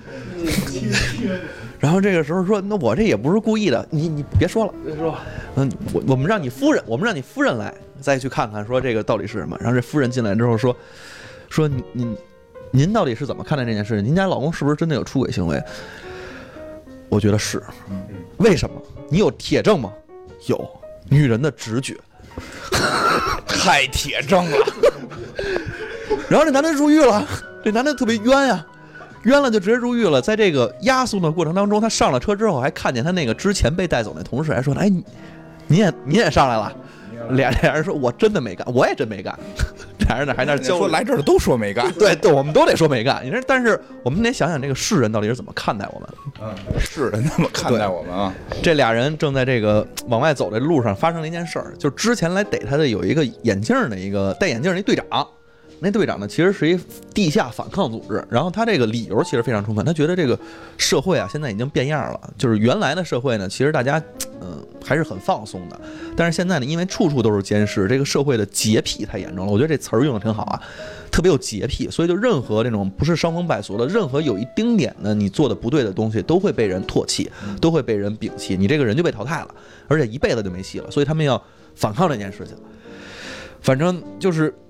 然后这个时候说，那我这也不是故意的，你你别说了，别说，嗯，我我们让你夫人，我们让你夫人来，再去看看说这个到底是什么。然后这夫人进来之后说，说您您您到底是怎么看待这件事？您家老公是不是真的有出轨行为？我觉得是，为什么？你有铁证吗？有，女人的直觉。 太铁证了。 然后这男的入狱了，这男的特别冤呀、啊，冤了就直接入狱了。在这个押送的过程当中，他上了车之后，还看见他那个之前被带走那同事，还说：“哎，你你也你也上来了。”俩俩人说：“我真的没干，我也真没干。”俩人呢还那交说来这儿的都说没干， 对对，我们都得说没干。你说，但是我们得想想这个世人到底是怎么看待我们。 嗯，世人怎么看待我们啊？ 这俩人正在这个往外走的路上发生了一件事儿，就是之前来逮他的有一个眼镜的一个戴眼镜的一队长。那队长呢，其实是一地下反抗组织，然后他这个理由其实非常充分，他觉得这个社会啊现在已经变样了，就是原来的社会呢，其实大家嗯、呃、还是很放松的，但是现在呢，因为处处都是监视，这个社会的洁癖太严重了，我觉得这词儿用的挺好啊，特别有洁癖，所以就任何这种不是伤风败俗的，任何有一丁点的你做的不对的东西，都会被人唾弃，都会被人摒弃，你这个人就被淘汰了，而且一辈子就没戏了，所以他们要反抗这件事情。反正就是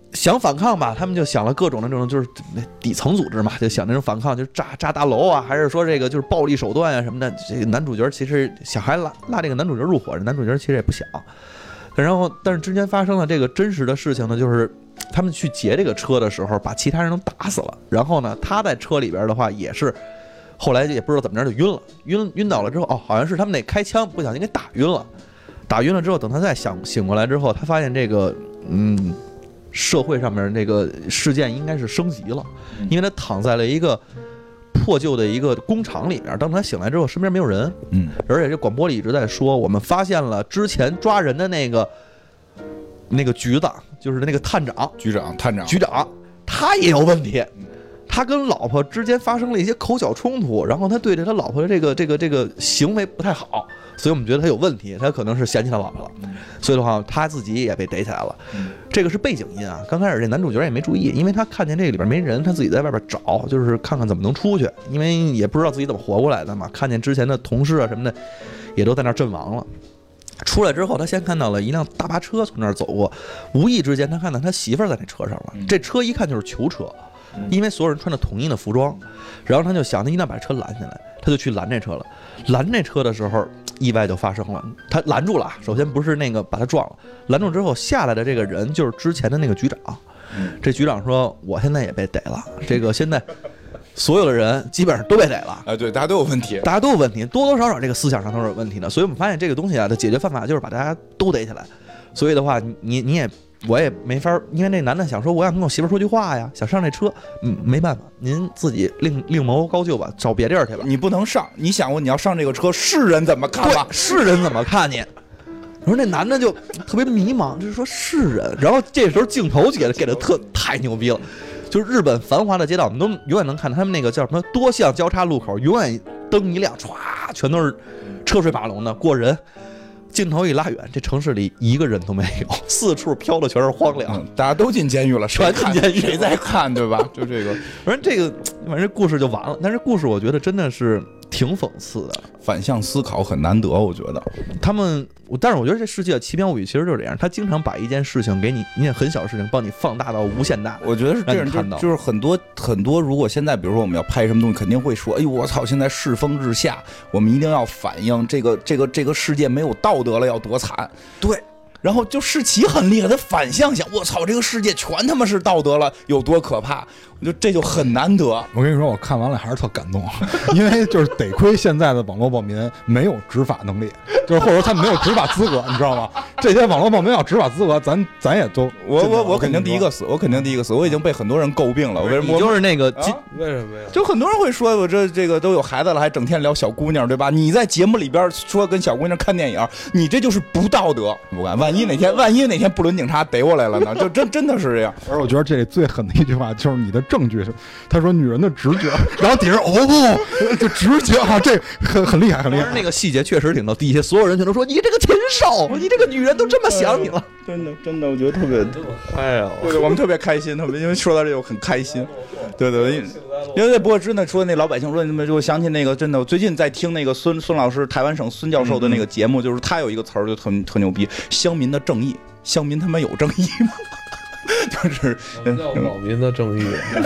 想反抗吧，他们就想了各种的这种就是底层组织嘛，就想那种反抗，就是炸炸大楼啊，还是说这个就是暴力手段啊什么的。这个男主角其实想还拉拉这个男主角入伙，男主角其实也不想。然后，但是之前发生了这个真实的事情呢，就是他们去劫这个车的时候，把其他人都打死了。然后呢，他在车里边的话也是，后来也不知道怎么着就晕了，晕晕倒了之后，哦，好像是他们那开枪不小心给打晕了。打晕了之后，等他再想醒过来之后，他发现这个嗯，社会上面那个事件应该是升级了，因为他躺在了一个破旧的一个工厂里面。当他醒来之后，身边没有人， 嗯， 而且这广播里一直在说，我们发现了之前抓人的那个那个局子，就是那个探长、 局长、探长、 局长，他也有问题。他跟老婆之间发生了一些口角冲突，然后他对着他老婆的这个这个这个行为不太好，所以我们觉得他有问题，他可能是嫌弃他老婆了，所以的话他自己也被逮起来了。这个是背景音啊，刚开始这男主角也没注意，因为他看见这里边没人，他自己在外边找，就是看看怎么能出去，因为也不知道自己怎么活过来的嘛。看见之前的同事啊什么的也都在那儿阵亡了。出来之后，他先看到了一辆大巴车从那儿走过，无意之间他看到他媳妇儿在那车上了。这车一看就是囚车，因为所有人穿着统一的服装，然后他就想他一定要把车拦下来，他就去拦这车了。拦这车的时候，意外就发生了，他拦住了。首先不是那个把他撞了，拦住之后下来的这个人就是之前的那个局长。这局长说：“我现在也被逮了，这个现在所有的人基本上都被逮了。” 啊，对，大家都有问题， 大家都有问题，多多少少这个思想上都是有问题的。所以我们发现这个东西啊的解决办法就是把大家都逮起来。所以的话，你你也。我也没法，因为那男的想说我想跟我媳妇说句话呀，想上这车，嗯，没办法，您自己另另谋高就吧，找别地儿去吧。 你不能上，你想过你要上这个车，世人怎么看吧？ 世人怎么看你？我说那男的就特别迷茫，就是说世人。然后这时候镜头给的给的特太牛逼了，就是日本繁华的街道，我们都永远能看到他们那个叫什么多项交叉路口，永远灯一亮，歘，全都是车水马龙的过人。镜头一拉远，这城市里一个人都没有，四处飘的全是荒凉， 嗯、大家都进监狱了， 全进监狱， 谁在看，对吧？就这个， 反正这个，反正这故事就完了。但是故事我觉得真的是挺讽刺的， 反向思考很难得，我觉得。 他们，但是我觉得这世界《奇妙物语》其实就是这样，他经常把一件事情给你一件很小的事情帮你放大到无限大。 我觉得是这样，就就是很多很多，如果现在比如说我们要拍什么东西，肯定会说，哎呦我操，现在世风日下，我们一定要反映这个这个这个世界没有道德了，要多惨。对。然后就世奇很厉害，他反向想，我操，这个世界全他妈是道德了，有多可怕？我就这就很难得。 我跟你说，我看完了还是特感动，因为就是得亏现在的网络暴民没有执法能力，就是或者说他们没有执法资格，你知道吗？这些网络暴民要执法资格，咱咱也都我我我肯定第一个死，我肯定第一个死，我已经被很多人诟病了。我为什么？ 你就是那个、 啊、 为什么呀？ 就很多人会说，我这这个都有孩子了，还整天聊小姑娘，对吧？你在节目里边说跟小姑娘看电影，你这就是不道德。不敢，万一哪天万一哪天布伦警察逮我来了呢？就真真的是这样。 而我觉得这里最狠的一句话就是你的证据是，他说女人的直觉，然后底下哦不，就直觉啊，这很很厉害，很厉害。 那个细节确实挺到底下所有人全都说你这个禽兽，你这个女人都这么想你了， 真的真的，我觉得特别哎呀， 对对，我们特别开心，特别因为说到这个很开心，对对，因为不过真的说那老百姓说，我想起那个真的，我最近在听那个孙孙老师台湾省孙教授的那个节目，就是他有一个词儿就特特牛逼，乡民的正义，乡民他们有正义吗？就是叫网民的正义。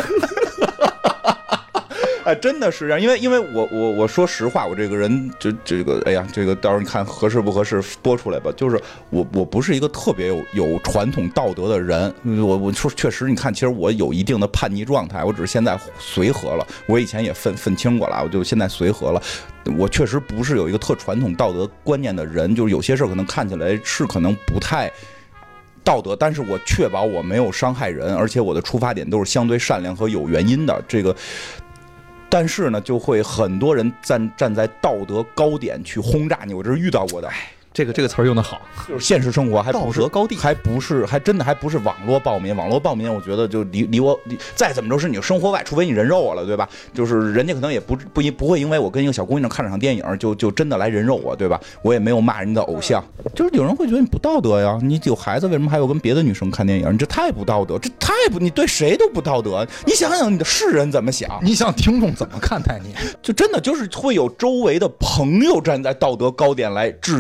哎，真的是这样，因为因为我我我说实话，我这个人就这个，哎呀，这个到时候你看合适不合适播出来吧。就是我我不是一个特别有有传统道德的人，我我说确实，你看，其实我有一定的叛逆状态，我只是现在随和了。我以前也分分清过了，我就现在随和了。我确实不是有一个特传统道德观念的人，就是有些事可能看起来是可能不太道德，但是我确保我没有伤害人，而且我的出发点都是相对善良和有原因的。这个。但是呢，就会很多人站站在道德高点去轰炸你，我这是遇到过的。 这个这个词儿用的好， 就是现实生活还不是道德高地， 还不是还真的还不是网络暴民。网络暴民，我觉得就离离我离再怎么着是你生活外，除非你人肉我了，对吧？就是人家可能也不不不会因为我跟一个小姑娘看了场电影，就就真的来人肉我，对吧？我也没有骂人的偶像，就是有人会觉得你不道德呀，你有孩子为什么还有跟别的女生看电影？你这太不道德，这太不，你对谁都不道德。你想想你的世人怎么想？ 你想听众怎么看待你？ 就真的就是会有周围的朋友站在道德高点来质疑你。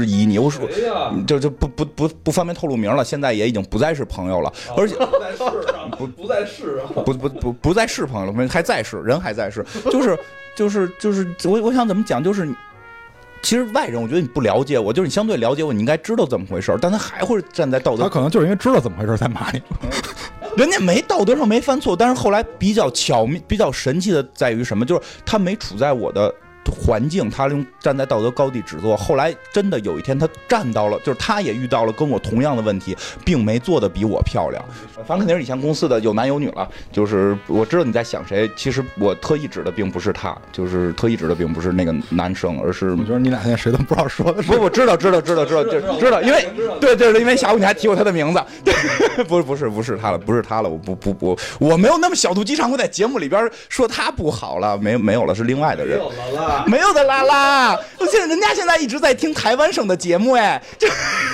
刘叔，就就不不不不方便透露名了，现在也已经不再是朋友了，而且不在世上，不不在世上， 不不不不再是朋友了，还在世，人还在世，就是就是就是我我想怎么讲，就是其实外人我觉得你不了解我，就是你相对了解我，你应该知道怎么回事，但他还会站在道德， 他可能就是因为知道怎么回事才骂你。 人家没道德上没犯错，但是后来比较巧妙、比较神奇的在于什么？就是他没处在我的环境，他用站在道德高地指责。后来真的有一天，他站到了，就是他也遇到了跟我同样的问题，并没做的比我漂亮。反正肯定是以前公司的有男有女了。就是我知道你在想谁，其实我特意指的并不是他，就是特意指的并不是那个男生，而是我觉得你俩现在谁都不知道说的是。 不，我知道，知道，知道，知道，知知道，因为对对对，因为下午你还提过他的名字，对，不是不是不是他了，不是他了，我不不不，我没有那么小肚鸡肠，会在节目里边说他不好了，没没有了，是另外的人， 没有了啦， 没有的啦啦，现在人家现在一直在听台湾省的节目哎，这。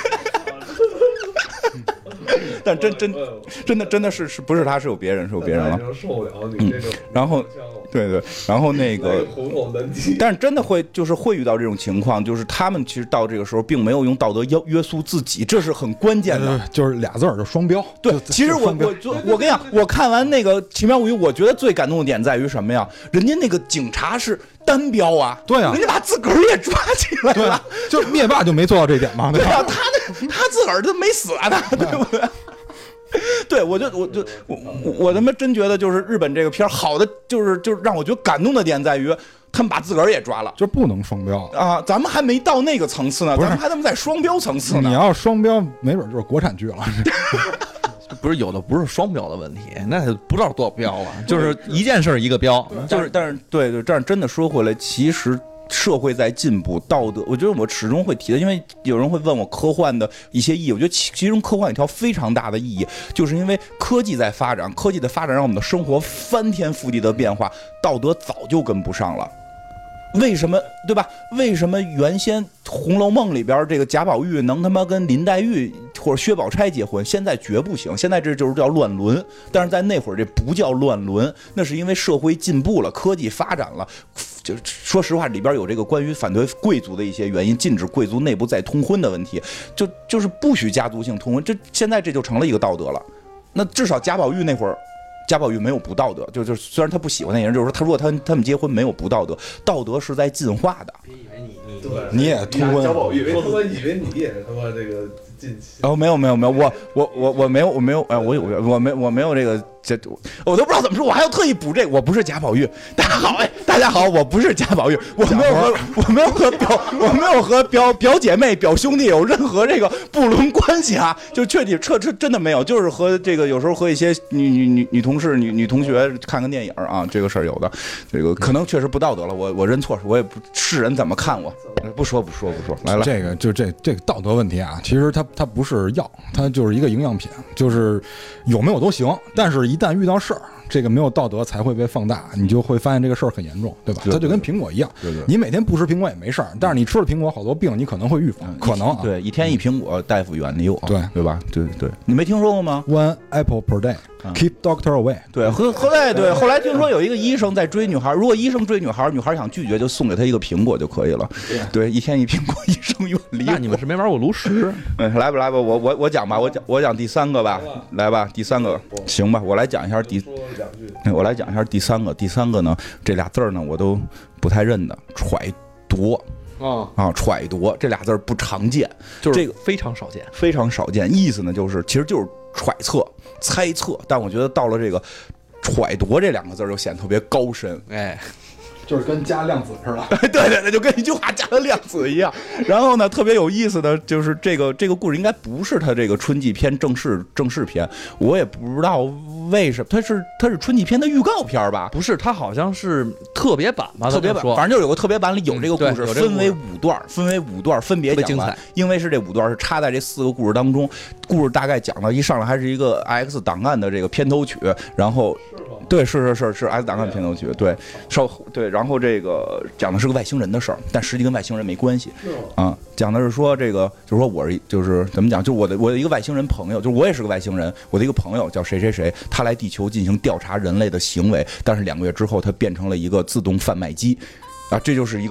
但真真真的真的是是不是他是有别人是有别人了， 受不了你这种、嗯， 然后对对，然后那个，但是真的会就是会遇到这种情况，就是他们其实到这个时候并没有用道德约约束自己，这是很关键的， 呃、就是俩字儿就双标。 对，其实我我就我跟你讲，我看完那个《奇妙物语》，我觉得最感动的点在于什么呀？人家那个警察是单标啊， 对啊， 人家把自个儿也抓起来了， 对啊，就灭霸就没做到这点嘛， 对啊，他那他自个儿都没死啊，他对不对？对，我就我就我我他妈真觉得就是日本这个片儿好的就是就是让我觉得感动的点在于他们把自个儿也抓了， 就不能双标啊！咱们还没到那个层次呢，咱们还他妈在双标层次呢。 你要双标，没准就是国产剧了。 不是有的不是双标的问题，那不知道多少标了，就是一件事一个标， 就是但是对对，但是真的说回来，其实。社会在进步，道德，我觉得我始终会提的，因为有人会问我科幻的一些意义，我觉得其中科幻有一条非常大的意义，就是因为科技在发展，科技的发展让我们的生活翻天覆地的变化，道德早就跟不上了。为什么对吧？为什么原先《红楼梦》里边这个贾宝玉能他妈跟林黛玉或者薛宝钗结婚，现在绝不行，现在这就是叫乱伦。但是在那会儿这不叫乱伦，那是因为社会进步了，科技发展了。就说实话，里边有这个关于反对贵族的一些原因，禁止贵族内部再通婚的问题，就就是不许家族性通婚，这现在这就成了一个道德了。那至少贾宝玉那会儿。贾宝玉没有不道德，就就虽然他不喜欢那人，就是说他如果他他们结婚没有不道德，道德是在进化的。 别以为你你对你也通婚， 贾宝玉他妈以为你也是他妈这个近期。 哦，没有没有没有，我我我我没有我没有哎，我有我没我没有这个这我都不知道怎么说，我还要特意补这个，我不是贾宝玉。大家好哎，大家好，我不是贾宝玉，我没有和我没有和表我没有和表表姐妹表兄弟有任何这个不伦关系啊，就确底彻彻真的没有，就是和这个有时候和一些女女女女同事女女同学看看电影啊，这个事儿有的，这个可能确实不道德了，我我认错，我也不世人怎么看我，不说不说不说，来了， 这个就这这个道德问题啊，其实它它不是药，它就是一个营养品，就是有没有都行，但是一旦遇到事儿，这个没有道德才会被放大，你就会发现这个事儿很严重，对吧？它就跟苹果一样， 对对， 你每天不吃苹果也没事儿，但是你吃了苹果，好多病你可能会预防，可能啊， 对，一天一苹果，大夫远离我， 对对吧？对对，你没听说过吗 ？One apple per day, keep doctor away。 对，后后来对，后来听说有一个医生在追女孩，如果医生追女孩，女孩想拒绝，就送给她一个苹果就可以了。对，一天一苹果，医生远离。 那你们是没玩过炉石？ 嗯，来吧来吧，我我我讲吧，我讲我讲第三个吧，来吧，第三个行吧，我来讲一下第，我来讲一下第三个，第三个呢，这俩字儿呢我都不太认的，揣度。 啊啊，揣度这俩字儿不常见， 就是这个非常少见， 非常少见。意思呢，就是其实就是揣测、猜测，但我觉得到了这个揣度这两个字儿就显得特别高深， 哎。 就是跟加量子似的， 对对对，就跟一句话加了量子一样。然后呢，特别有意思的就是这个这个故事应该不是他这个春季篇正式正式篇，我也不知道为什么，它是它是春季篇的预告片吧？ 不是，它好像是特别版吧？ 特别版，反正就有个特别版里有这个故事， 嗯、 分为五段，分为五段分别讲完。因为是这五段是插在这四个故事当中，故事大概讲了一上来还是一个 X 档案的这个片头曲，然后。对，是是是是 X 档案片头曲，对，稍对，然后这个讲的是个外星人的事儿，但实际跟外星人没关系啊，讲的是说这个，就是说我是就是怎么讲，就是我的我的一个外星人朋友，就是我也是个外星人，我的一个朋友叫谁谁谁，他来地球进行调查人类的行为，但是两个月之后他变成了一个自动贩卖机，啊，这就是一个。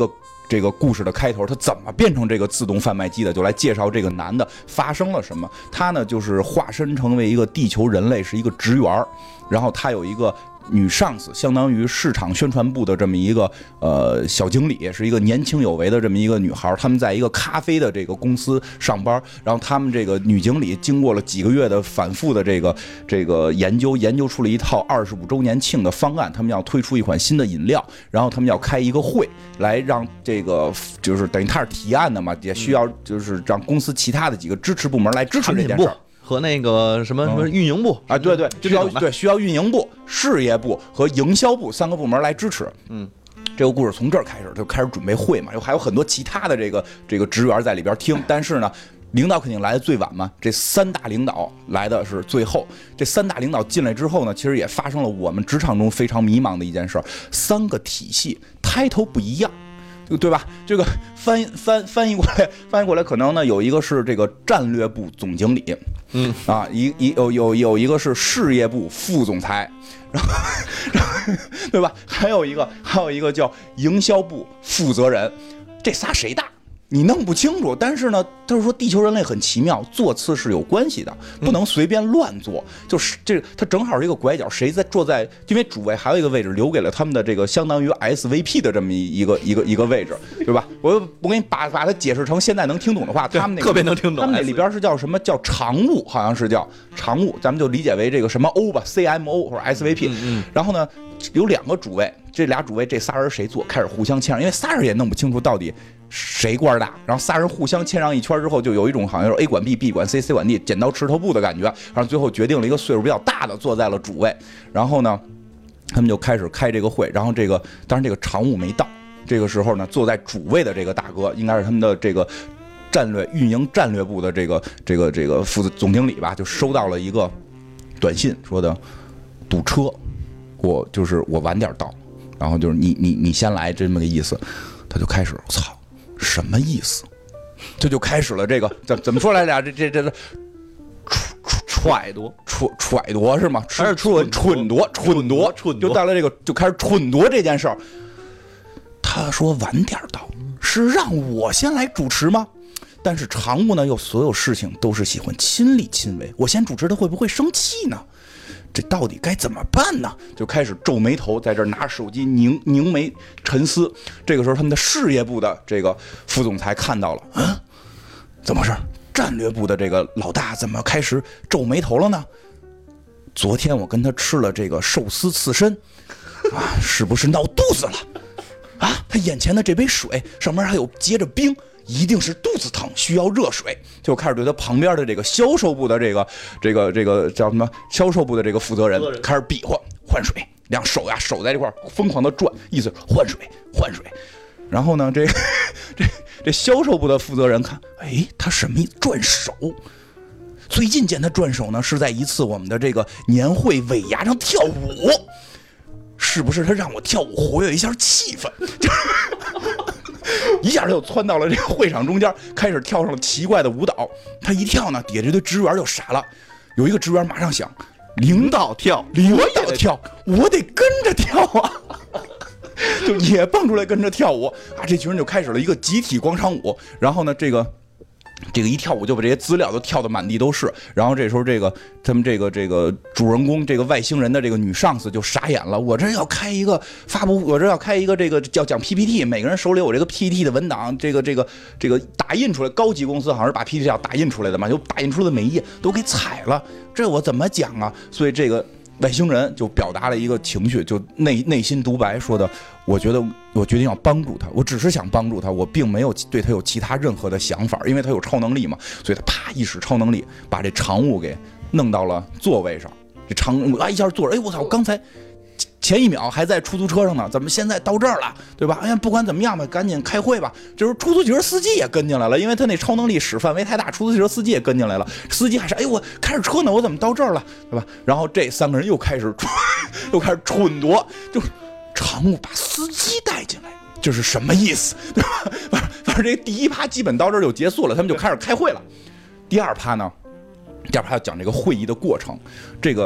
这个故事的开头，他怎么变成这个自动贩卖机的，就来介绍这个男的发生了什么。他呢就是化身成为一个地球人类，是一个职员，然后他有一个女上司，相当于市场宣传部的这么一个呃小经理，是一个年轻有为的这么一个女孩。他们在一个咖啡的这个公司上班，然后他们这个女经理经过了几个月的反复的这个这个研究，研究出了一套二十五周年庆的方案。他们要推出一款新的饮料，然后他们要开一个会，来让这个就是等于他是提案的嘛，也需要就是让公司其他的几个支持部门来支持这件事儿。 和那个什么什么运营部啊，对对，需要对需要运营部、事业部和营销部三个部门来支持。 嗯， 这个故事从这儿开始就开始准备会嘛，又还有很多其他的这个这个职员在里边听，但是呢，领导肯定来的最晚嘛，这三大领导来的是最后。这三大领导进来之后呢，其实也发生了我们职场中非常迷茫的一件事儿，三个体系title不一样。对吧？这个翻翻翻译过来，翻译过来可能呢有一个是这个战略部总经理， 嗯啊，一一有有有一个是事业部副总裁，然后然后对吧？还有一个还有一个叫营销部负责人，这仨谁大？你弄不清楚，但是呢，他是说地球人类很奇妙，座次是有关系的，不能随便乱坐。就是这，他正好是一个拐角，谁在坐在，因为主位还有一个位置留给了他们的这个相当于 S V P 的这么一个一个一个位置，对吧？我我给你把把它解释成现在能听懂的话，他们那个特别能听懂， 他们那里边是叫什么叫常务，好像是叫常务，咱们就理解为这个什么 O 吧 ，C M O 或者 S V P。 嗯嗯。 然后呢，有两个主位，这俩主位这仨人谁坐，开始互相谦让，因为仨人也弄不清楚到底谁官大，然后仨人互相谦让一圈之后，就有一种好像是 A 管 B，B 管 C，C 管 D， 剪刀石头布的感觉。然后最后决定了一个岁数比较大的坐在了主位。然后呢，他们就开始开这个会。然后这个当然这个常务没到，这个时候呢，坐在主位的这个大哥应该是他们的这个战略运营战略部的这个这个这个副总经理吧，就收到了一个短信，说的堵车，我就是我晚点到，然后就是你你你先来这么个意思。他就开始，我操，什么意思？这就开始了这个怎怎么说来着？这这这这揣度揣揣度是吗？ 还是蠢蠢夺蠢夺蠢夺？ 就到了这个就开始蠢夺这件事儿。他说晚点到，是让我先来主持吗？但是常务呢，又所有事情都是喜欢亲力亲为，我先主持他会不会生气呢？这到底该怎么办呢？就开始皱眉头，在这拿着手机凝凝眉沉思。这个时候，他们的事业部的这个副总裁看到了，嗯，怎么回事？战略部的这个老大怎么开始皱眉头了呢？昨天我跟他吃了这个寿司刺身，啊，是不是闹肚子了？啊，他眼前的这杯水上面还有结着冰。一定是肚子疼，需要热水，就开始对他旁边的这个销售部的这个这个这个叫什么销售部的这个负责人开始比划换水，两手呀手在这块疯狂的转，意思换水换水。然后呢，这这这销售部的负责人看，哎，他什么意思？转手。最近见他转手呢，是在一次我们的这个年会尾牙上跳舞，是不是他让我跳舞活跃一下气氛？一下就窜到了这个会场中间，开始跳上了奇怪的舞蹈。他一跳呢，底下这堆职员就傻了。有一个职员马上想，领导跳，领导跳，我得跟着跳啊，就也蹦出来跟着跳舞啊！这群人就开始了一个集体广场舞。然后呢，这个。这个一跳舞就把这些资料都跳得满地都是，然后这时候这个他们这个这个主人公这个外星人的这个女上司就傻眼了，我这要开一个发布，我这要开一个这个叫讲 P P T， 每个人手里有这个 P P T 的文档，这个这个这个打印出来，高级公司好像是把 P P T 要打印出来的嘛，就打印出来的每一页都给踩了，这我怎么讲啊？所以这个外星人就表达了一个情绪，就内内心独白说的，我觉得我决定要帮助他，我只是想帮助他，我并没有对他有其他任何的想法，因为他有超能力嘛，所以他啪一使超能力，把这常务给弄到了座位上。这常务啊一下坐着，哎我操，我刚才前一秒还在出租车上呢，怎么现在到这儿了，对吧？哎呀，不管怎么样吧，赶紧开会吧。这时候出租汽车司机也跟进来了，因为他那超能力使范围太大，出租汽车司机也跟进来了。司机还是哎我开着车呢，我怎么到这儿了，对吧？然后这三个人又开始又开始蠢夺，就常务把司机带进来，这是什么意思，对吧？反正这第一趴基本到这儿就结束了，他们就开始开会了。第二趴呢，第二趴要讲这个会议的过程，这个。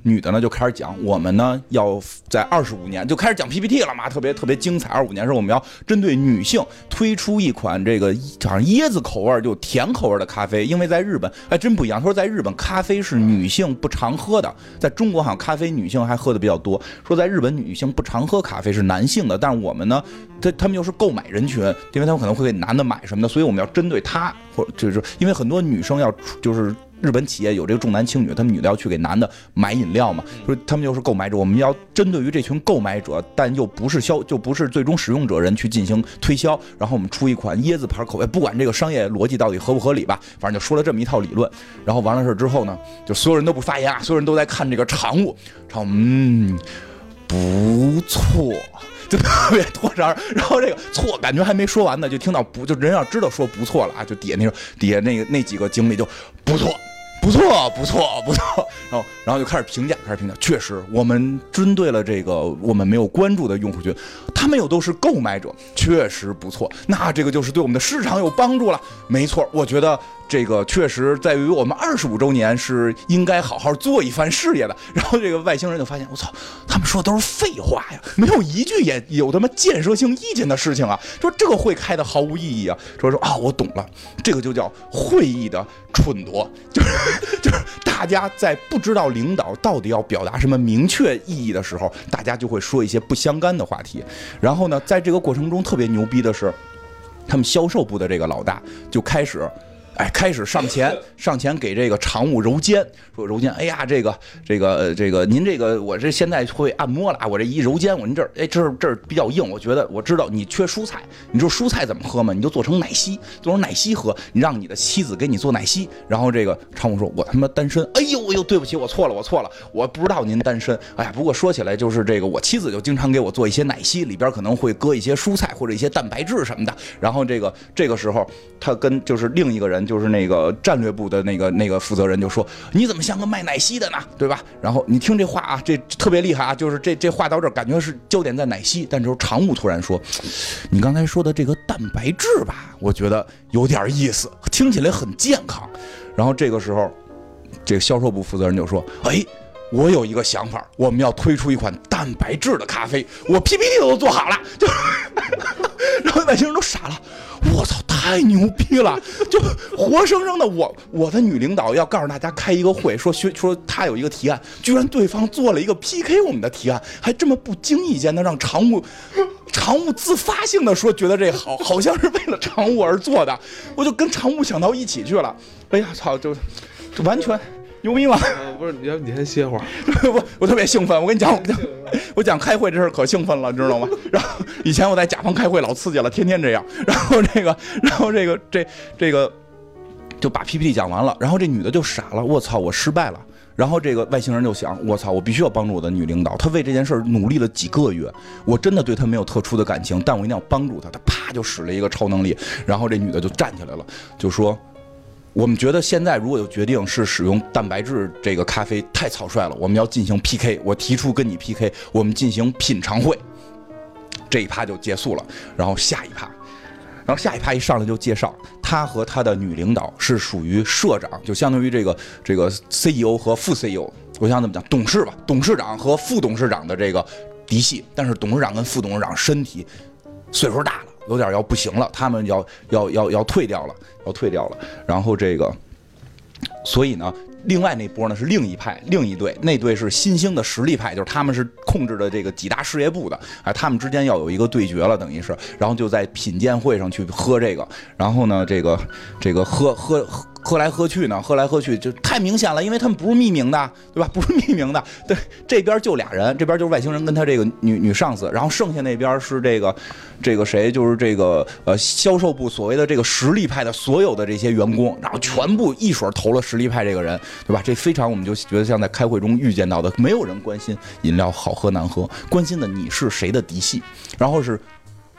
女的呢就开始讲，我们呢要在二十五年就开始讲 P P T 了嘛，特别特别精彩。二十五年时候我们要针对女性推出一款这个好像椰子口味就甜口味的咖啡，因为在日本还真不一样。他说在日本咖啡是女性不常喝的，在中国好像咖啡女性还喝的比较多。说在日本女性不常喝咖啡是男性的，但是我们呢，他他们又是购买人群，因为他们可能会给男的买什么的，所以我们要针对他，或者就是因为很多女生要就是日本企业有这个重男轻女，他们女的要去给男的买饮料嘛，所以他们就是购买者，我们要针对于这群购买者，但又不是消就不是最终使用者人去进行推销，然后我们出一款椰子牌口味，不管这个商业逻辑到底合不合理吧，反正就说了这么一套理论。然后完了事之后呢，就所有人都不发言啊，所有人都在看这个常务，常务嗯不错。就特别拖长，然后这个错感觉还没说完呢，就听到不就人要知道说不错了啊，就底下那个底下那个那几个经理就不错。不错，不错，不错，然后，然后就开始评价，开始评价。确实，我们针对了这个我们没有关注的用户群，他们又都是购买者，确实不错。那这个就是对我们的市场有帮助了。没错，我觉得这个确实在于我们二十五周年是应该好好做一番事业的。然后这个外星人就发现，我操，他们说的都是废话呀，没有一句也有他妈建设性意见的事情啊。说这个会开的毫无意义啊。说说啊，我懂了，这个就叫会议的蠢拙，就是。就是大家在不知道领导到底要表达什么明确意义的时候，大家就会说一些不相干的话题。然后呢，在这个过程中特别牛逼的是，他们销售部的这个老大就开始。哎，开始上前上前给这个常务揉肩，说揉肩，哎呀，这个这个这个，您这个我这现在会按摩了啊，我这一揉肩，我您这儿哎这儿这儿比较硬，我觉得我知道你缺蔬菜，你知道蔬菜怎么喝吗？你就做成奶昔，做成奶昔喝，你让你的妻子给你做奶昔。然后这个常务说，我他妈单身，哎呦哎呦，对不起，我错了，我错了，我不知道您单身。哎呀，不过说起来就是这个，我妻子就经常给我做一些奶昔，里边可能会搁一些蔬菜或者一些蛋白质什么的。然后这个这个时候，他跟就是另一个人。就是那个战略部的那个那个负责人就说：“你怎么像个卖奶昔的呢？对吧？”然后你听这话啊，这特别厉害啊！就是这这话到这儿，感觉是焦点在奶昔，但是常务突然说：“你刚才说的这个蛋白质吧，我觉得有点意思，听起来很健康。”然后这个时候，这个销售部负责人就说：“哎。”我有一个想法，我们要推出一款蛋白质的咖啡，我 P P T 都做好了，就，然后外星人都傻了，我操，太牛逼了！就活生生的我，我的女领导要告诉大家开一个会，说学说她有一个提案，居然对方做了一个 P K 我们的提案，还这么不经意间的让常务，常务自发性的说觉得这好，好像是为了常务而做的，我就跟常务想到一起去了。哎呀，操，就就完全。牛逼吗？ 呃，不是，你要你先歇会儿。 我我特别兴奋，我跟你讲，我讲我讲开会这事可兴奋了，知道吗？然后以前我在甲方开会老刺激了，天天这样。然后这个，然后这个这这个就把 P P T 讲完了，然后这女的就傻了，我操，我失败了。然后这个外星人就想，我操，我必须要帮助我的女领导，她为这件事努力了几个月，我真的对她没有特殊的感情，但我一定要帮助她。她啪就使了一个超能力，然后这女的就站起来了，就说。我们觉得现在如果有决定是使用蛋白质这个咖啡太草率了，我们要进行 P K， 我提出跟你 P K， 我们进行品尝会，这一趴就结束了。然后下一趴，然后下一趴一上来就介绍他和他的女领导是属于社长，就相当于这个这个 C E O 和副 C E O， 我想怎么讲，董事吧，董事长和副董事长的这个嫡系，但是董事长跟副董事长身体岁数大了。有点要不行了，他们要要要要退掉了，要退掉了。然后这个，所以呢，另外那波呢是另一派，另一队，那队是新兴的实力派，就是他们是控制的这个几大事业部的，哎，他们之间要有一个对决了，等于是，然后就在品鉴会上去喝这个，然后呢，这个这个喝喝喝。喝来喝去呢，喝来喝去就太明显了，因为他们不是匿名的，对吧？不是匿名的，对，这边就俩人，这边就是外星人跟他这个女女上司，然后剩下那边是这个这个谁，就是这个呃销售部所谓的这个实力派的所有的这些员工，然后全部一水投了实力派这个人，对吧？这非常我们就觉得像在开会中遇见到的，没有人关心饮料好喝难喝，关心的你是谁的嫡系，然后是。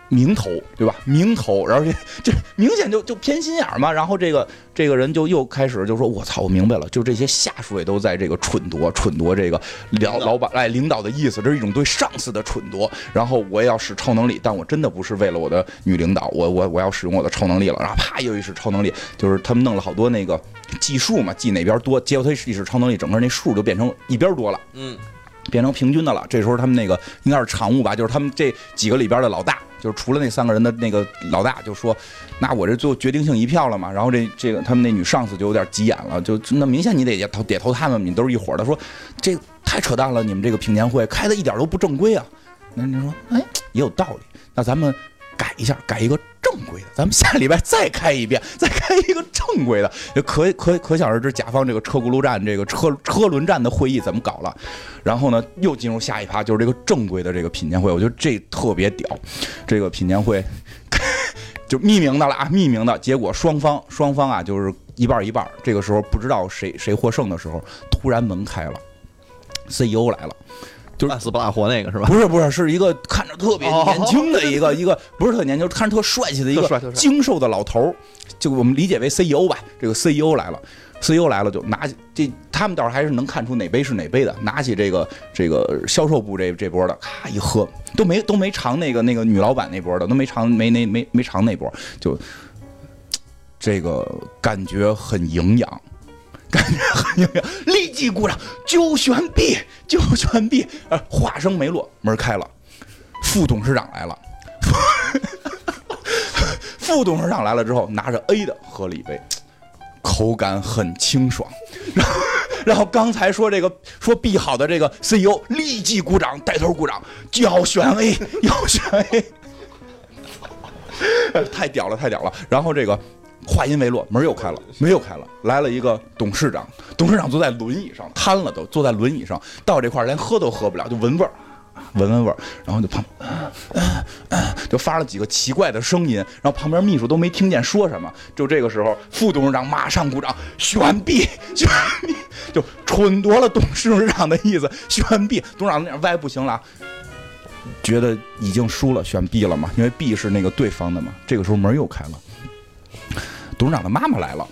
名头，对吧？名头，然后这这明显就就偏心眼嘛。然后这个这个人就又开始就说：“我操，我明白了，就这些下属也都在这个蠢夺蠢夺这个老老板哎领导的意思，这是一种对上司的蠢夺。然后我也要使超能力，但我真的不是为了我的女领导，我我我要使用我的超能力了。然后啪又一使超能力，就是他们弄了好多那个计数嘛，计哪边多，结果他一使超能力，整个那数就变成一边多了。嗯。”变成平均的了。这时候他们那个应该是常务吧，就是他们这几个里边的老大，就是除了那三个人的那个老大，就说：“那我这最后决定性一票了嘛。”然后这这个他们那女上司就有点急眼了，就那明显你得投得投他们，你都是一伙的。说这太扯淡了，你们这个评年会开的一点都不正规啊。那你说，哎，也有道理。那咱们改一下，改一个正规的，咱们下礼拜再开一遍，再开一个正规的，可可可想而知，甲方这个车轱辘战、这个车车轮战的会议怎么搞了。然后呢，又进入下一趴，就是这个正规的这个品鉴会，我觉得这特别屌。这个品鉴会就匿名的了啊，匿名的。结果双方双方啊，就是一半一半。这个时候不知道谁谁获胜的时候，突然门开了 ，C E O 来了。就是半死不拉活那个是吧？ 不是不是，是一个看着特别年轻的一个、哦、一个不是特年轻，看着特帅气的一个精瘦的老头，就我们理解为 C E O 吧。这个 C E O 来了 ，C E O 来了就拿起这，他们倒是还是能看出哪杯是哪杯的。拿起这个这个销售部这这波的，咔一喝，都没都没尝那个那个女老板那波的，都没尝没那没没尝那波，就这个感觉很营养。感觉很营养，立即鼓掌，就选 B， 就选 B。呃，话声没落，门开了，副董事长来了。副董事长来了之后，拿着 A 的喝了一杯，口感很清爽。然后，然后刚才说这个说 B 好的这个 C E O 立即鼓掌，带头鼓掌，要选 A， 要选 A。太屌了，太屌了。然后这个。话音未落，门又开了，门又开了，来了一个董事长，董事长坐在轮椅上，瘫了都，坐在轮椅上，到这块连喝都喝不了，就闻味儿，闻闻味儿，然后就旁，就发了几个奇怪的声音，然后旁边秘书都没听见说什么，就这个时候，副董事长马上鼓掌，选 B， 选 B， 就蠢夺了董事长的意思，选 B， 董事长那样歪不行了。觉得已经输了，选 B 了嘛，因为 B 是那个对方的嘛。这个时候门又开了。董事长的妈妈来了，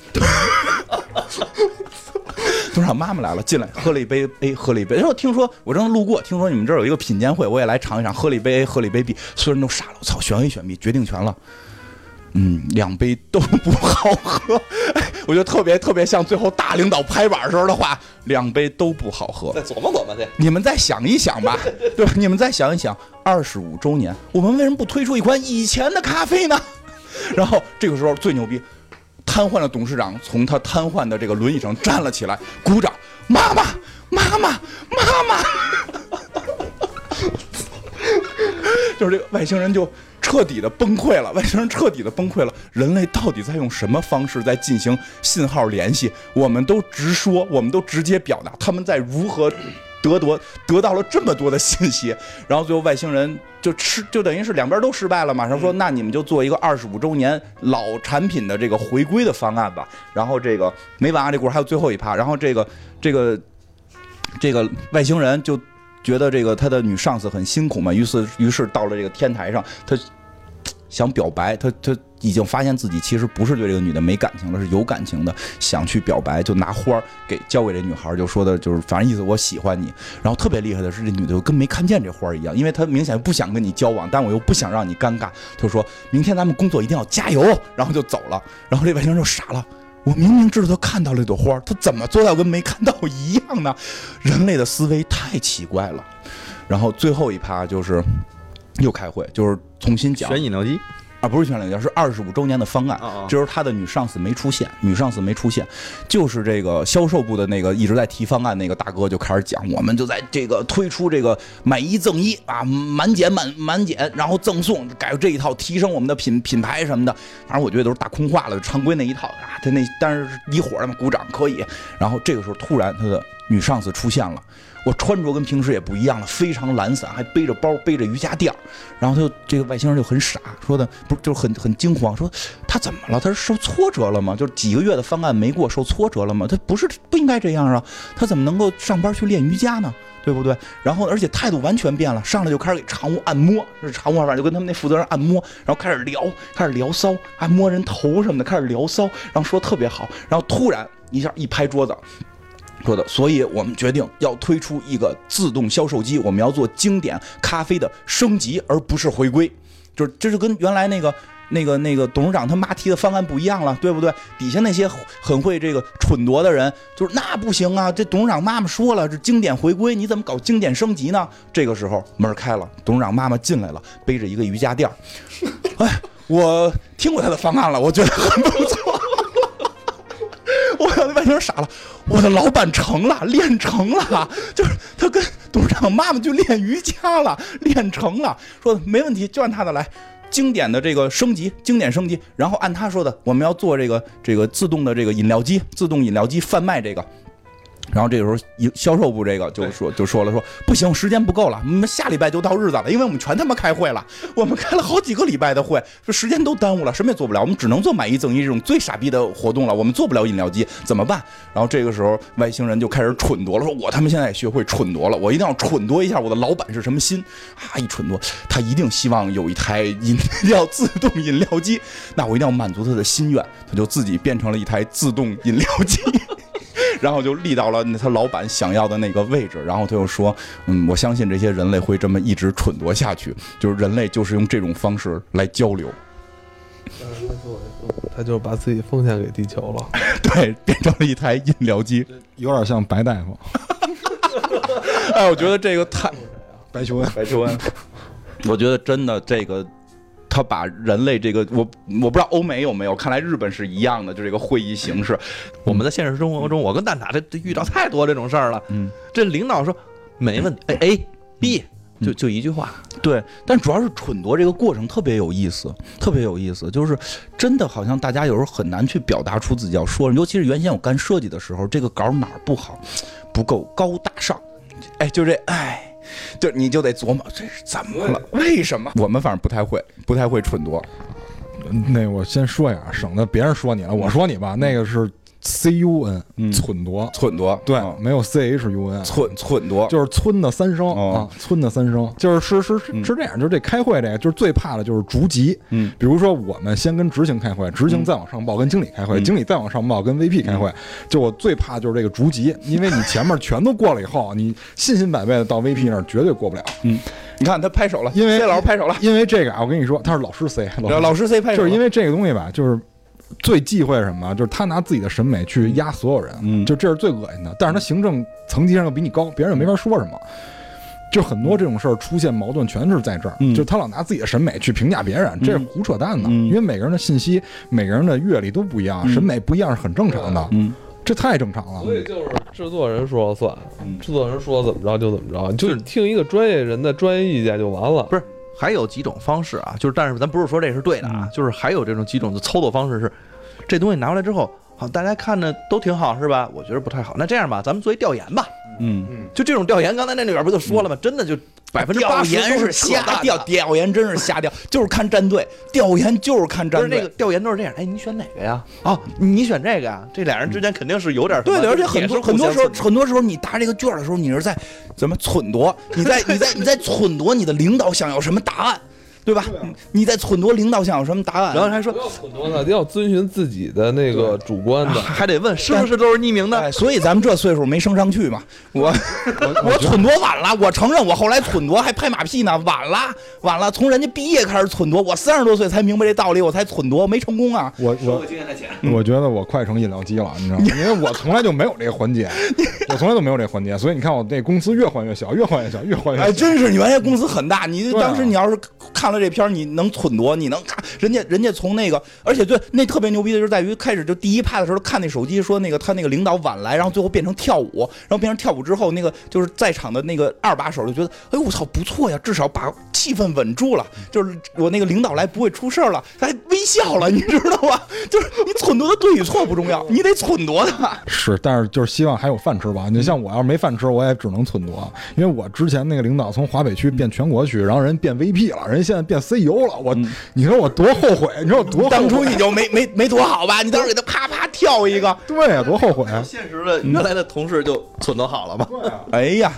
董事长妈妈来了，进来喝了一杯 A， 喝了一杯。然后听说我正路过，听说你们这儿有一个品鉴会，我也来尝一尝。喝了一杯 A， 喝了一杯 B， 所有人都傻了，我操，选 A 选 B， 决定权了。嗯，两杯都不好喝，哎，我觉得特别特别像最后大领导拍板时候的话，两杯都不好喝。 再琢磨琢磨去， 你们再想一想吧，对吧？你们再想一想，二十五周年，我们为什么不推出一款以前的咖啡呢？然后这个时候最牛逼。瘫痪的董事长从他瘫痪的这个轮椅上站了起来，鼓掌，妈妈，妈妈，妈妈，就是这个外星人就彻底的崩溃了，外星人彻底的崩溃了。人类到底在用什么方式在进行信号联系？我们都直说，我们都直接表达，他们在如何得得得到了这么多的信息，然后最后外星人就吃，就等于是两边都失败了嘛。然后说，那你们就做一个二十五周年老产品的这个回归的方案吧。然后这个没完啊，这故事还有最后一趴。然后这个这个这个外星人就觉得这个他的女上司很辛苦嘛，于是于是到了这个天台上，他想表白，他他已经发现自己其实不是对这个女的没感情了，是有感情的，想去表白，就拿花给交给这女孩，就说的就是反正意思我喜欢你。然后特别厉害的是，这女的就跟没看见这花一样，因为她明显不想跟你交往，但我又不想让你尴尬，就说明天咱们工作一定要加油，然后就走了。然后这外星人就傻了。我明明知道他看到了一朵花，他怎么做到跟没看到一样呢？人类的思维太奇怪了。然后最后一趴就是又开会，就是重新讲选饮料机啊，不是选饮料机，是二十五周年的方案。 哦哦这时候他的女上司没出现，女上司没出现，就是这个销售部的那个一直在提方案那个大哥就开始讲，我们就在这个推出这个买一赠一啊，满减满满减，然后赠送，改这一套，提升我们的品品牌什么的。反正我觉得都是大空话了，常规那一套啊。他那但是一伙的嘛，鼓掌可以。然后这个时候突然他的女上司出现了。我穿着跟平时也不一样了，非常懒散，还背着包，背着瑜伽垫。然后他就这个外星人就很傻，说的不就是很很惊慌，说他怎么了？他是受挫折了吗？就是几个月的方案没过，受挫折了吗？他不是不应该这样啊，他怎么能够上班去练瑜伽呢？ 对不对？然后而且态度完全变了，上来就开始给常务按摩，是常务反正就跟他们那负责人按摩，然后开始聊，开始聊骚，还摸人头什么的，开始聊骚，然后说特别好，然后突然一下一拍桌子。说的，所以我们决定要推出一个自动销售机，我们要做经典咖啡的升级，而不是回归。就是这是跟原来那个那个那个董事长他妈提的方案不一样了，对不对？底下那些很会这个蠢夺的人，就是那不行啊！这董事长妈妈说了，这经典回归，你怎么搞经典升级呢？这个时候门开了，董事长妈妈进来了，背着一个瑜伽垫。哎，我听过他的方案了，我觉得很不错。我那外星人傻了，我的老板成了，练成了，就是他跟董事长妈妈就练瑜伽了，练成了，说没问题，就按他的来，经典的这个升级，经典升级，然后按他说的，我们要做这个这个自动的这个饮料机，自动饮料机贩卖这个。然后这个时候，销售部这个就说就说了说不行，时间不够了，我们下礼拜就到日子了，因为我们全他妈开会了，我们开了好几个礼拜的会，说时间都耽误了，什么也做不了，我们只能做买一赠一这种最傻逼的活动了，我们做不了饮料机，怎么办？然后这个时候外星人就开始蠢夺了，说我他妈现在也学会蠢夺了，我一定要蠢夺一下我的老板是什么心啊！一蠢夺，他一定希望有一台饮料自动饮料机，那我一定要满足他的心愿，他就自己变成了一台自动饮料机。然后就立到了他老板想要的那个位置，然后他就说，嗯，我相信这些人类会这么一直蠢夺下去，就是人类就是用这种方式来交流。 他就把自己奉献给地球了， 对，变成了一台饮料机， 有点像白大夫。 哎，我觉得这个太白求恩， 白求恩，我觉得真的这个。他把人类这个，我我不知道欧美有没有，看来日本是一样的，就这个会议形式。 我们在现实生活中，我跟蛋挞这遇到太多这种事儿了。 嗯， 这领导说没问题，哎 A B 就就一句话。 对，但主要是蠢夺这个过程特别有意思，特别有意思，就是真的好像大家有时候很难去表达出自己要说，尤其是原先我干设计的时候，这个稿哪儿不好，不够高大上，哎，就这，哎。就你就得琢磨这是怎么了，为什么？我们反正不太会，不太会蠢夺。 那我先说呀，省得别人说你了，我说你吧，那个是 C U N， 嗯， 蠢夺， 蠢夺， 对， 哦、 没有 C H U N， 蠢蠢夺， 就是村的三声、 哦、 啊，村的三声，就是是是是是这样，就是这开会这个，就是最怕的就是逐级， 嗯， 比如说我们先跟执行开会，执行再往上报跟经理开会， 嗯、 经理再往上报跟 V P 开会，嗯、就我最怕就是这个逐级，因为你前面全都过了以后，你信心百倍的到 V P 那儿绝对过不了， 嗯。你看他拍手了， 因为 C 老师拍手了， 因为这个啊，我跟你说，他是老师 C， 老师, 老师 C 拍手， 就是因为这个东西吧，就是最忌讳什么，就是他拿自己的审美去压所有人， 嗯， 就这是最恶心的。但是他行政层级上又比你高，别人又没法说什么。就很多这种事儿出现矛盾，全是在这儿。嗯，就他老拿自己的审美去评价别人，这是胡扯淡的。 嗯、 因为每个人的信息、每个人的阅历都不一样， 嗯、 审美不一样是很正常的。 嗯。 这太正常了， 所以就是制作人说了算，制作人说怎么着就怎么着，你就听一个专业人的专业意见就完了。 不是，还有几种方式啊，就是但是咱不是说这是对的啊，就是还有这种几种的操作方式是，这东西拿回来之后，好，大家看着都挺好是吧？我觉得不太好，那这样吧，咱们做一调研吧。 嗯， 就这种调研，刚才那里边不就说了吗？真的就百分之八十是瞎调，调研真是瞎调，就是看战队，调研就是看战队。 不是那个调研都是这样，哎，你选哪个呀？哦，你选这个呀？这俩人之间肯定是有点对的，而且很多很多时候，很多时候你答这个卷的时候，你是在怎么蠢夺？你在你在你在蠢夺你的领导想要什么答案。对吧？你在蠢夺领导想有什么答案？ 然后还说不要蠢夺呢，要遵循自己的那个主观的， 还得问是不是都是匿名的。 哎，所以咱们这岁数没升上去嘛。我我我蠢夺晚了，我承认我后来蠢夺还拍马屁呢，晚了晚了，从人家毕业开始蠢夺，我三十多岁才明白这道理，我才蠢夺，没成功啊。 我我经验太浅， 我觉得我快成饮料机了，你知道吗？因为我从来就没有这个环节，我从来都没有这个环节，所以你看我这公司越换越小，越换越小，越换越小。 哎，真是你原来公司很大，你当时你要是看了这片，你能。蠢夺，你能看人家，人家从那个，而且对那特别牛逼的就是在于开始就第一趴的时候看那手机，说那个他那个领导晚来，然后最后变成跳舞，然后变成跳舞之后，那个就是在场的那个二把手就觉得，哎我操不错呀，至少把气氛稳住了，就是我那个领导来不会出事了，他还微笑了，你知道吧？就是你蠢夺的对与错不重要，你得蠢夺他。 是，但是就是希望还有饭吃吧。你像我要是没饭吃，我也只能蠢夺，因为我之前那个领导从华北区变全国区，然后人变 V P 了，人现在变 C E O 了。我，你说我多后悔？你说我多后悔？ 当初你就没没没多好吧？你当时给他啪啪跳一个， 对呀、啊，多后悔啊！ 现实的原来的同事就蠢得好了吗？ 对啊， 哎呀，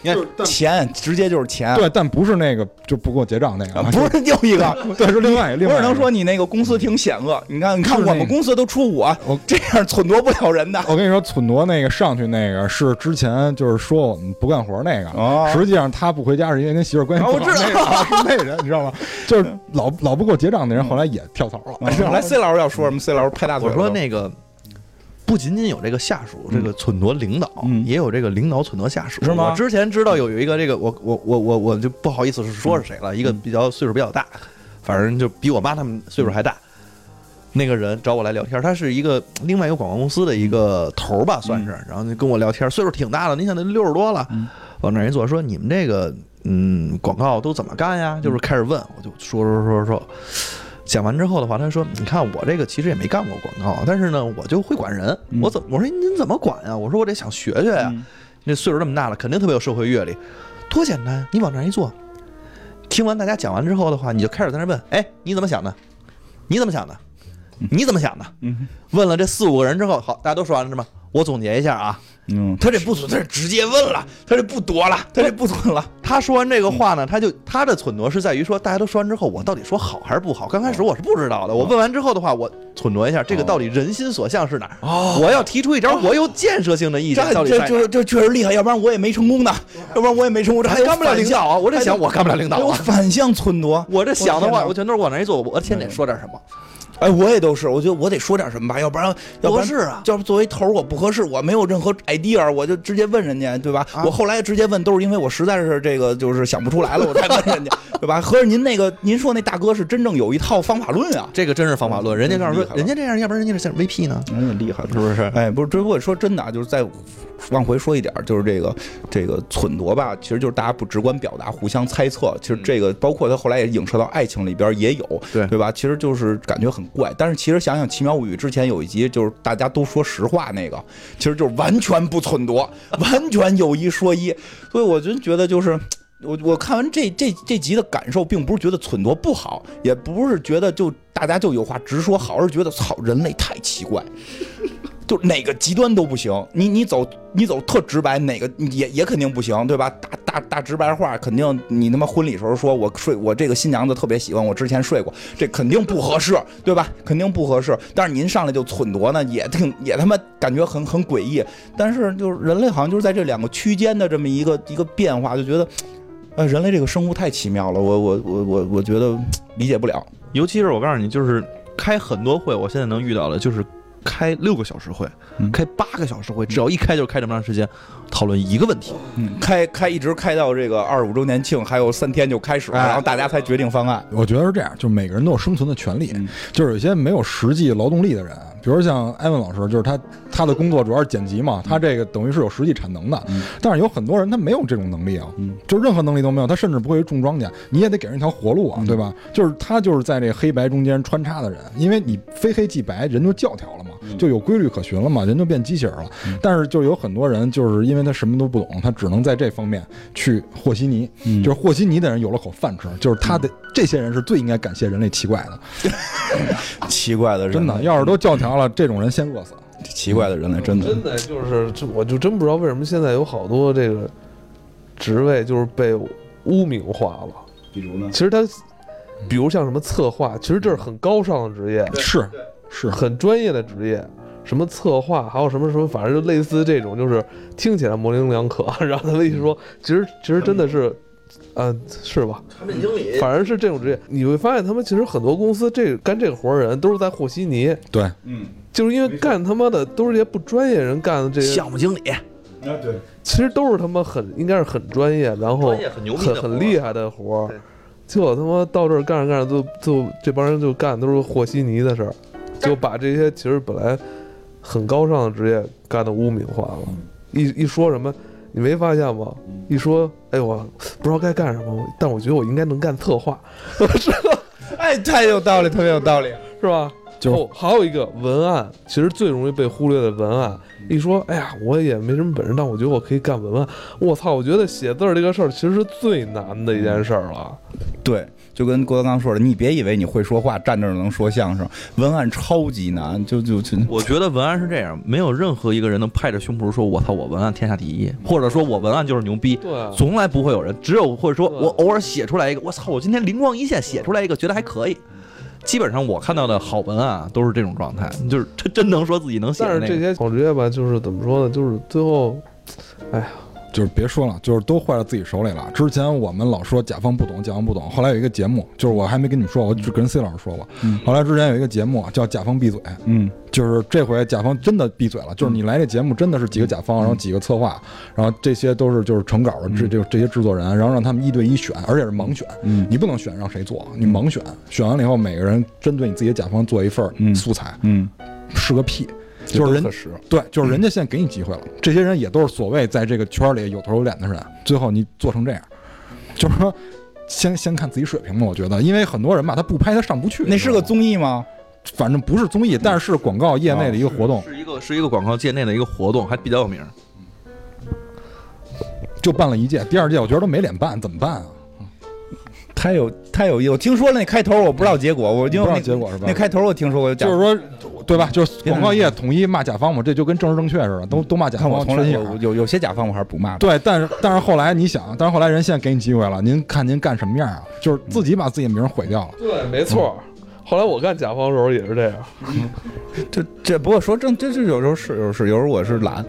你看钱直接就是钱， 对，但不是那个就不给我结账那个， 啊、不是又一个， 对，是另外一个。 我只能说你那个公司挺险恶，你看，你看我们公司都出我，我这样撺掇不了人的。 我跟你说，撺掇那个上去那个是之前就是说我们不干活那个，哦、实际上他不回家是因为跟媳妇关系不好， 我知道、 啊、是那人，你知道吗？就是老老不给我结账的人，后来也跳槽了。 嗯、来 ，C 老师要说什么 ？C 老师拍大腿。 我说那个。不仅仅有这个下属，这个撺掇领导， 嗯、 也有这个领导撺掇下属， 是吗？ 我之前知道有有一个这个，我我我我我就不好意思是说是谁了，嗯、一个比较岁数比较大，反正就比我妈他们岁数还大。那个人找我来聊天，他是一个另外一个广告公司的一个头吧，算是， 嗯、 然后就跟我聊天，岁数挺大了，你想他六十多了， 嗯、 往那一坐，说你们这个嗯广告都怎么干呀？就是开始问，我就说说说说。讲完之后的话，他说：“你看我这个其实也没干过广告，但是呢，我就会管人。 嗯、 我怎么我说您怎么管呀？我说我得想学学呀。 嗯、 那岁数这么大了，肯定特别有社会阅历，多简单！你往那一坐，听完大家讲完之后的话，你就开始在那问：哎，你怎么想的？你怎么想的？你怎么想的？ 嗯、 问了这四五个人之后，好，大家都说完了是吗？我总结一下啊。” 嗯， 他这不存，他是直接问了，他这不躲了，他这不存了。他说完这个话呢，他就他的撺掇是在于说，大家都说完之后，我到底说好还是不好？刚开始我是不知道的，我问完之后的话，我撺掇一下，这个到底人心所向是哪儿？哦，我要提出一点我有建设性的意见，到底在哪儿？ 这这这确实厉害，要不然我也没成功呢，要不然我也没成功，这还干不了领导啊！我这想我干不了领导啊， 有反向撺掇。 我这想的话，我全都是往那一坐，我先得说点什么。 哎，我也都是，我觉得我得说点什么吧，要不然要不然是啊， 要不作为头我不合适，我没有任何 idea， 我就直接问人家，对吧？啊、我后来直接问，都是因为我实在是这个就是想不出来了，我才问人家，对吧？合着您那个您说那大哥是真正有一套方法论啊， 这个真是方法论，人家告诉说，人家这样，要不然人家是 V P 呢， 人家厉害，是不是？哎，不是，只不过说真的啊，就是在。往回说一点，就是这个这个撺掇吧，其实就是大家不直观表达，互相猜测。其实这个包括他后来也影射到爱情里边也有， 对对吧？其实就是感觉很怪，但是其实想想《奇妙物语》之前有一集，就是大家都说实话那个，其实就是完全不撺掇，完全有一说一。所以我就觉得就是。我我看完这这这集的感受，并不是觉得撺掇不好，也不是觉得就大家就有话直说好，而是觉得操，人类太奇怪。就哪个极端都不行，你你走你走特直白，哪个也也肯定不行，对吧？大大大直白话，肯定你他妈婚礼时候说我睡我这个新娘子特别喜欢，我之前睡过，这肯定不合适，对吧？肯定不合适。但是您上来就撺掇呢，也挺也他妈感觉很很诡异。但是就是人类好像就是在这两个区间的这么一个一个变化，就觉得，呃，人类这个生物太奇妙了，我我我我我觉得理解不了。 尤其是我告诉你，就是开很多会，我现在能遇到的就是。开六个小时会，开八个小时会，只要一开就开这么长时间，讨论一个问题。 嗯，开开一直开到这个二十五周年庆，还有三天就开始了，然后大家才决定方案。 我觉得是这样，就每个人都有生存的权利，嗯、就是有些没有实际劳动力的人，比如像艾文老师，就是他他的工作主要是剪辑嘛，他这个等于是有实际产能的。嗯、但是有很多人他没有这种能力啊，嗯、就任何能力都没有，他甚至不会种庄稼，你也得给人一条活路啊，嗯、对吧？就是他就是在这个黑白中间穿插的人，因为你非黑即白，人就教条了嘛。就有规律可循了嘛，人就变机器人了。嗯、但是就有很多人，就是因为他什么都不懂，他只能在这方面去和稀泥。嗯、就是和稀泥的人有了口饭吃，就是他的、嗯、这些人是最应该感谢人类奇怪的， 奇怪的人， 真的，要是都教条了，这种人先饿死。 奇怪的人类，真的， 真的就是，这我就真不知道为什么现在有好多这个职位就是被污名化了。 比如呢？ 其实他，比如像什么策划，其实这是很高尚的职业， 是。是很专业的职业，什么策划，还有什么什么，反正就类似这种，就是听起来模棱两可。然后他们一说，其实其实真的是，呃，是吧？ 产品经理， 反正是这种职业，你会发现他们其实很多公司这干这个活的人都是在和稀泥。 对， 嗯， 就是因为干他妈的都是这些不专业人干的这些项目经理。 啊，对， 其实都是他妈很应该是很专业，然后很很很厉害的活，结果他妈到这儿干着干着就就这帮人就干都是和稀泥的事儿。就把这些其实本来很高尚的职业干得污名化了。一一说什么，你没发现吗？一说，哎，我不知道该干什么，但我觉得我应该能干策划，是吧？ 哎，太有道理，特别有道理， 是吧？就、哦、还有一个文案，其实最容易被忽略的文案。一说，哎呀，我也没什么本事，但我觉得我可以干文案。我操，我觉得写字这个事儿其实是最难的一件事儿了。 对，就跟郭德纲说的，你别以为你会说话，站这儿能说相声，文案超级难。就就就， 我觉得文案是这样，没有任何一个人能拍着胸脯说“我操，我文案天下第一”，或者说我文案就是牛逼。 对、啊， 从来不会有人，只有或者说我偶尔写出来一个，我操，我今天灵光一现写出来一个，觉得还可以。基本上我看到的好文案都是这种状态，就是真真能说自己能写、那个。 但是这些好职业吧，就是怎么说呢？就是最后，哎呀。 就是别说了，就是都坏到自己手里了。之前我们老说甲方不懂，甲方不懂。后来有一个节目，就是我还没跟你们说，我只跟 C 老师说过。嗯、后来之前有一个节目叫《甲方闭嘴》，嗯，就是这回甲方真的闭嘴了。就是你来这节目真的是几个甲方，然后几个策划，然后这些都是就是成稿的这这这些制作人，然后让他们一对一选，而且是盲选。嗯，你不能选让谁做，你盲选，选完了以后每个人针对你自己的甲方做一份素材。嗯，是个屁。就是人对，就是人家现在给你机会了，这些人也都是所谓在这个圈里有头有脸的人，最后你做成这样，就是说先先看自己水平嘛。我觉得，因为很多人吧，他不拍他上不去。 那是个综艺吗？ 反正不是综艺，但是是广告业内的一个活动， 是, 是一个是一个广告界内的一个活动，还比较有名。 就办了一届，第二届我觉得都没脸办，怎么办啊？ 太有太有意思！我听说那开头我不知道结果，我就不知道结果是吧？ 那开头我听说过， 就是说，对吧？就是广告业统一骂甲方嘛，这就跟政治正确似的，都都骂甲方。 我从来有有有些甲方我还是不骂的。 对，但是但是后来你想，但是后来人现在给你机会了，您看您干什么样啊？就是自己把自己的名毁掉了。 对，没错。嗯、后来我干甲方的时候也是这样。 嗯、这这不过说正，这是有时候是有时候是有时候我是懒。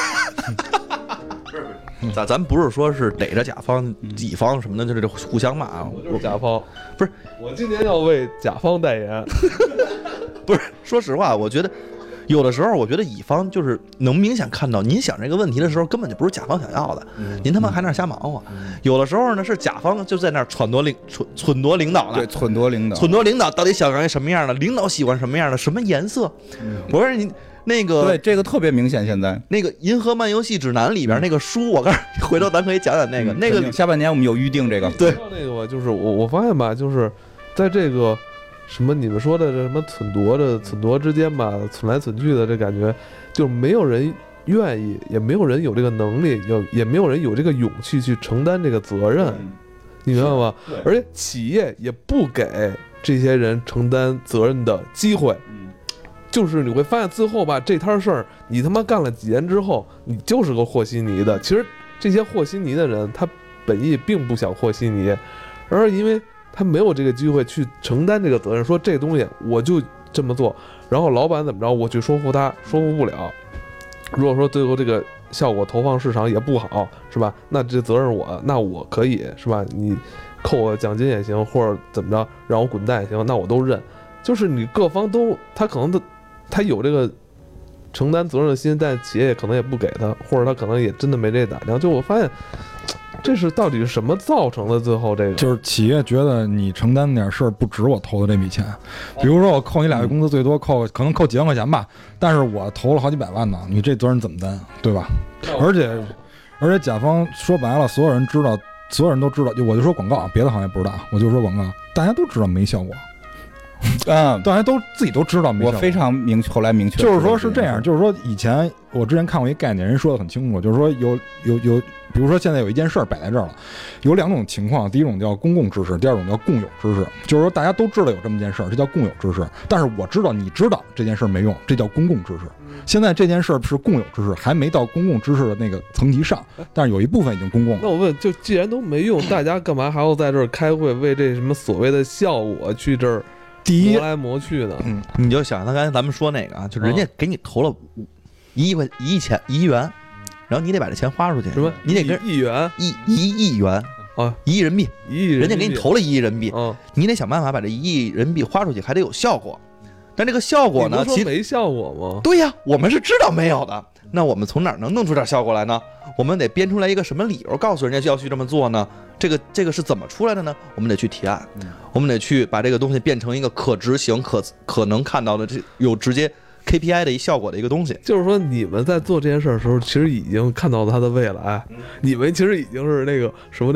咱咱不是说是逮着甲方、乙方什么的，就是互相骂啊。 我就是甲方， 不是我今年要为甲方代言。 不是，说实话，我觉得有的时候，我觉得乙方就是能明显看到，您想这个问题的时候，根本就不是甲方想要的，嗯、您他妈还那瞎忙活。嗯、有的时候呢，是甲方就在那撺掇领撺撺掇领导呢， 对，撺掇领导， 撺掇领导到底想要什么样的，领导喜欢什么样的，什么颜色？嗯、我说你。那个对这个特别明显，现在那个《银河漫游戏指南》里边那个书，我告诉你，回头咱可以讲讲那个、嗯、那个下半年我们有预定这个。 对， 那个我就是我我发现吧，就是在这个什么你们说的这什么忖夺的忖夺之间吧，忖来忖去的这感觉，就没有人愿意，也没有人有这个能力，有也没有人有这个勇气去承担这个责任，嗯、你明白吗？而且企业也不给这些人承担责任的机会。就是你会发现最后吧，这摊事儿你他妈干了几年之后，你就是个和稀泥的。其实这些和稀泥的人，他本意并不想和稀泥，而因为他没有这个机会去承担这个责任，说这东西我就这么做，然后老板怎么着，我去说服他，说服不了。如果说最后这个效果投放市场也不好，是吧？那这责任我，那我可以是吧？你扣我奖金也行，或者怎么着让我滚蛋也行，那我都认。就是你各方都，他可能都。他有这个承担责任的心，但企业可能也不给他，或者他可能也真的没这胆量。就我发现，这是到底是什么造成的？最后这个就是企业觉得你承担点事儿不值我投的这笔钱。比如说我扣你俩月工资，最多扣可能扣几万块钱吧，但是我投了好几百万呢，你这责任怎么担，对吧？而且而且甲方说白了，所有人知道，所有人都知道，就我就说广告，别的行业不知道，我就说广告，大家都知道没效果。嗯，大家都自己都知道没效果。 我非常明，后来明确， 就是说是这样，就是说以前我之前看过一概念，人说的很清楚，就是说有有有，比如说现在有一件事儿摆在这儿了，有两种情况，第一种叫公共知识，第二种叫共有知识。就是说大家都知道有这么件事儿，这叫共有知识，但是我知道你知道这件事儿没用，这叫公共知识。现在这件事儿是共有知识，还没到公共知识的那个层级上，但是有一部分已经公共了。 那我问，就既然都没用，大家干嘛还要在这儿开会，为这什么所谓的效果去这儿？ 第一， 磨来磨去的， 嗯，你就想他刚才咱们说那个啊，就是人家给你投了一亿块一亿钱一亿元，然后你得把这钱花出去， 什么？ 你得跟一亿元一一亿元啊， 一亿人民币， 一亿人民币， 人家给你投了一亿人民币， 嗯， 你得想办法把这一亿人民币花出去，还得有效果。但这个效果呢， 其实没效果吗？ 对呀，我们是知道没有的。那我们从哪儿能弄出点效果来呢？我们得编出来一个什么理由，告诉人家要去这么做呢？这个这个是怎么出来的呢？我们得去提案，嗯、我们得去把这个东西变成一个可执行、可可能看到的、这有直接 K P I 的一效果的一个东西。 就是说，你们在做这件事的时候，其实已经看到了它的未来。嗯、你们其实已经是那个什么那个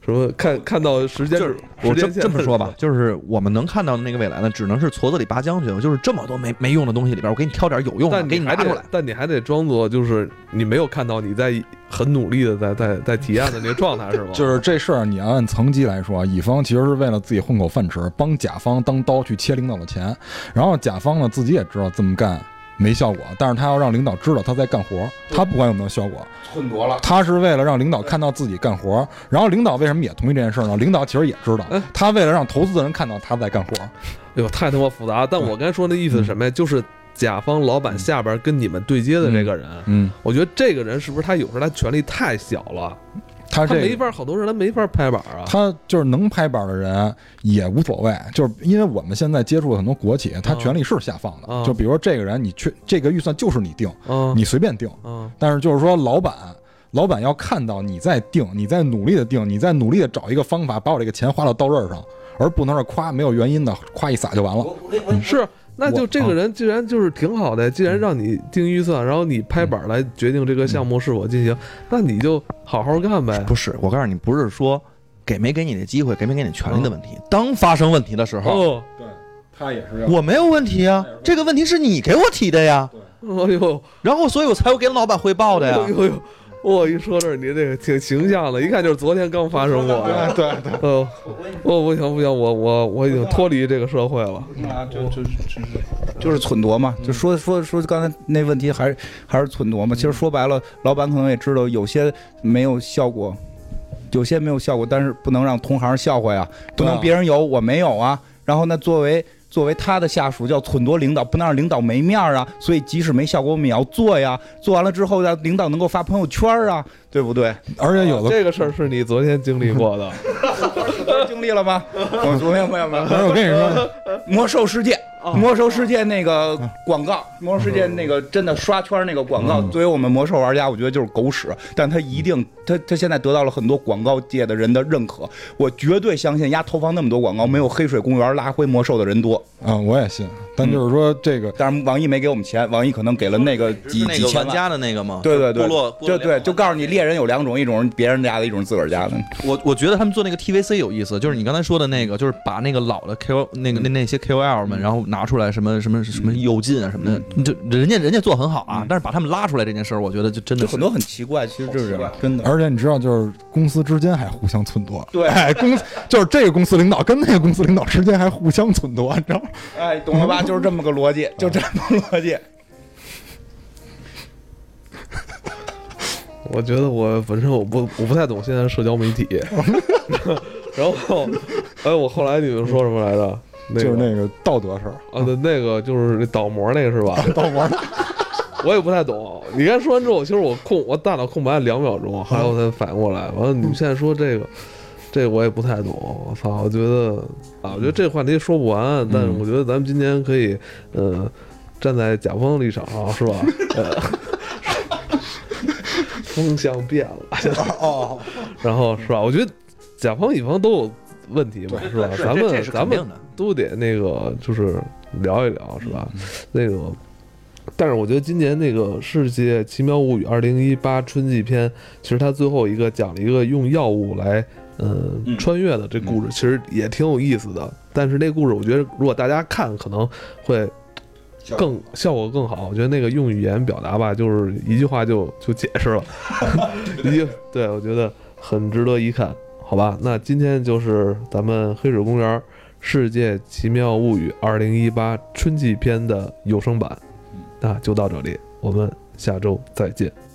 什么看看到时间， 就是我这这么说吧，就是我们能看到的那个未来呢，只能是矬子里拔将军，就是这么多没没用的东西里边，我给你挑点有用的，给你拿出来。 但你还得装作就是你没有看到你在很努力的在在在体验的那个状态是吗？ 就是这事儿你要按层级来说，乙方其实是为了自己混口饭吃，帮甲方当刀去切领导的钱，然后甲方呢自己也知道这么干没效果，但是他要让领导知道他在干活，他不管有没有效果， 混多了。 他是为了让领导看到自己干活，然后领导为什么也同意这件事呢？领导其实也知道，他为了让投资的人看到他在干活。 哎呦，太他妈复杂！但我刚才说那意思是什么呀？就是甲方老板下边跟你们对接的这个人， 嗯， 我觉得这个人是不是他有时候他权力太小了？ 他这他没法，好多人他没法拍板啊。 他就是能拍板的人也无所谓，就是因为我们现在接触了很多国企，他权力是下放的。 啊、 就比如说这个人，你去这个预算就是你定， 啊、 你随便定。 啊、 但是就是说，老板，老板要看到你在定，你在努力的定，你在努力的找一个方法把我这个钱花到刀刃上，而不能是夸没有原因的夸一撒就完了。 嗯、是。那就这个人既然就是挺好的，既然让你定预算，然后你拍板来决定这个项目是否进行，那你就好好干呗。 不是，我告诉你，不是说给没给你的机会，给没给你权利的问题。当发生问题的时候， 哦， 对，他也是。 我没有问题啊，这个问题是你给我提的呀。 哎呦， 然后所以我才会给老板汇报的呀。 哎呦呦。我一说这儿，你这个挺形象的，一看就是昨天刚发生过。 对对， 呃，我不行不行，我我我已经脱离这个社会了。 啊，就就就就是忖度嘛，就说说说刚才那问题还是还是忖度嘛。其实说白了，老板可能也知道有些没有效果，有些没有效果，但是不能让同行笑话呀，不能别人有我没有啊。然后呢，作为。作为他的下属叫忖度领导，不能让领导没面啊，所以即使没效果我们也要做呀，做完了之后让领导能够发朋友圈啊，对不对？ 而且有的、 啊、这个事儿是你昨天经历过的， 经历了吗？我昨天没有没有， 我跟你说， 魔兽世界。魔兽世界那个广告，魔兽世界那个真的刷圈那个广告，作为我们魔兽玩家，我觉得就是狗屎。但他一定，他他现在得到了很多广告界的人的认可，我绝对相信，丫投放那么多广告，没有黑水公园拉回魔兽的人多。 啊，我也信。但就是说这个， 但是网易没给我们钱，网易可能给了那个几几千玩家的那个吗？ 对对对， 部落就对，就告诉你猎人有两种，一种是别人家的，一种是自个儿家的。 我我觉得他们做那个 T V C 有意思，就是你刚才说的那个，就是把那个老的 K O 那个那那些 K O L 们，然后拿出来什么什么什么诱进啊什么的，就人家人家做很好啊，但是把他们拉出来这件事儿，我觉得就真的就很多很奇怪，其实就是真的。 而且你知道，就是公司之间还互相忖度。 对， 哎，公就是这个公司领导跟那个公司领导之间还互相忖度，你知道吗？ 哎，懂了吧？就是这么个逻辑，就这么逻辑。 我觉得我本身我不我不太懂现在社交媒体，然后哎，我后来你们说什么来着？那个、 就是那个道德事儿啊，对，那个就是那倒模那个是吧？ 倒模， 我也不太懂。你刚说完之后，其实我空我大脑空白两秒钟，后来我才反应过来。完了，你现在说这个，这个我也不太懂。我操，我觉得啊，我觉得这个话题说不完，但是我觉得咱们今天可以，呃，站在甲方立场上，是吧？呃，风向变了哦， 然后是吧？我觉得甲方乙方都有问题嘛，是吧？咱们咱们都得那个就是聊一聊，是吧？那个，但是我觉得今年那个《世界奇妙物语》二零一八春季篇，其实它最后一个讲了一个用药物来嗯、呃、穿越的这故事，其实也挺有意思的。但是那故事，我觉得如果大家看，可能会更效果更好。我觉得那个用语言表达吧，就是一句话就就解释了，一对，我觉得很值得一看。好吧，那今天就是咱们黑水公园《世界奇妙物语》二零一八春季篇的有声版，那就到这里，我们下周再见。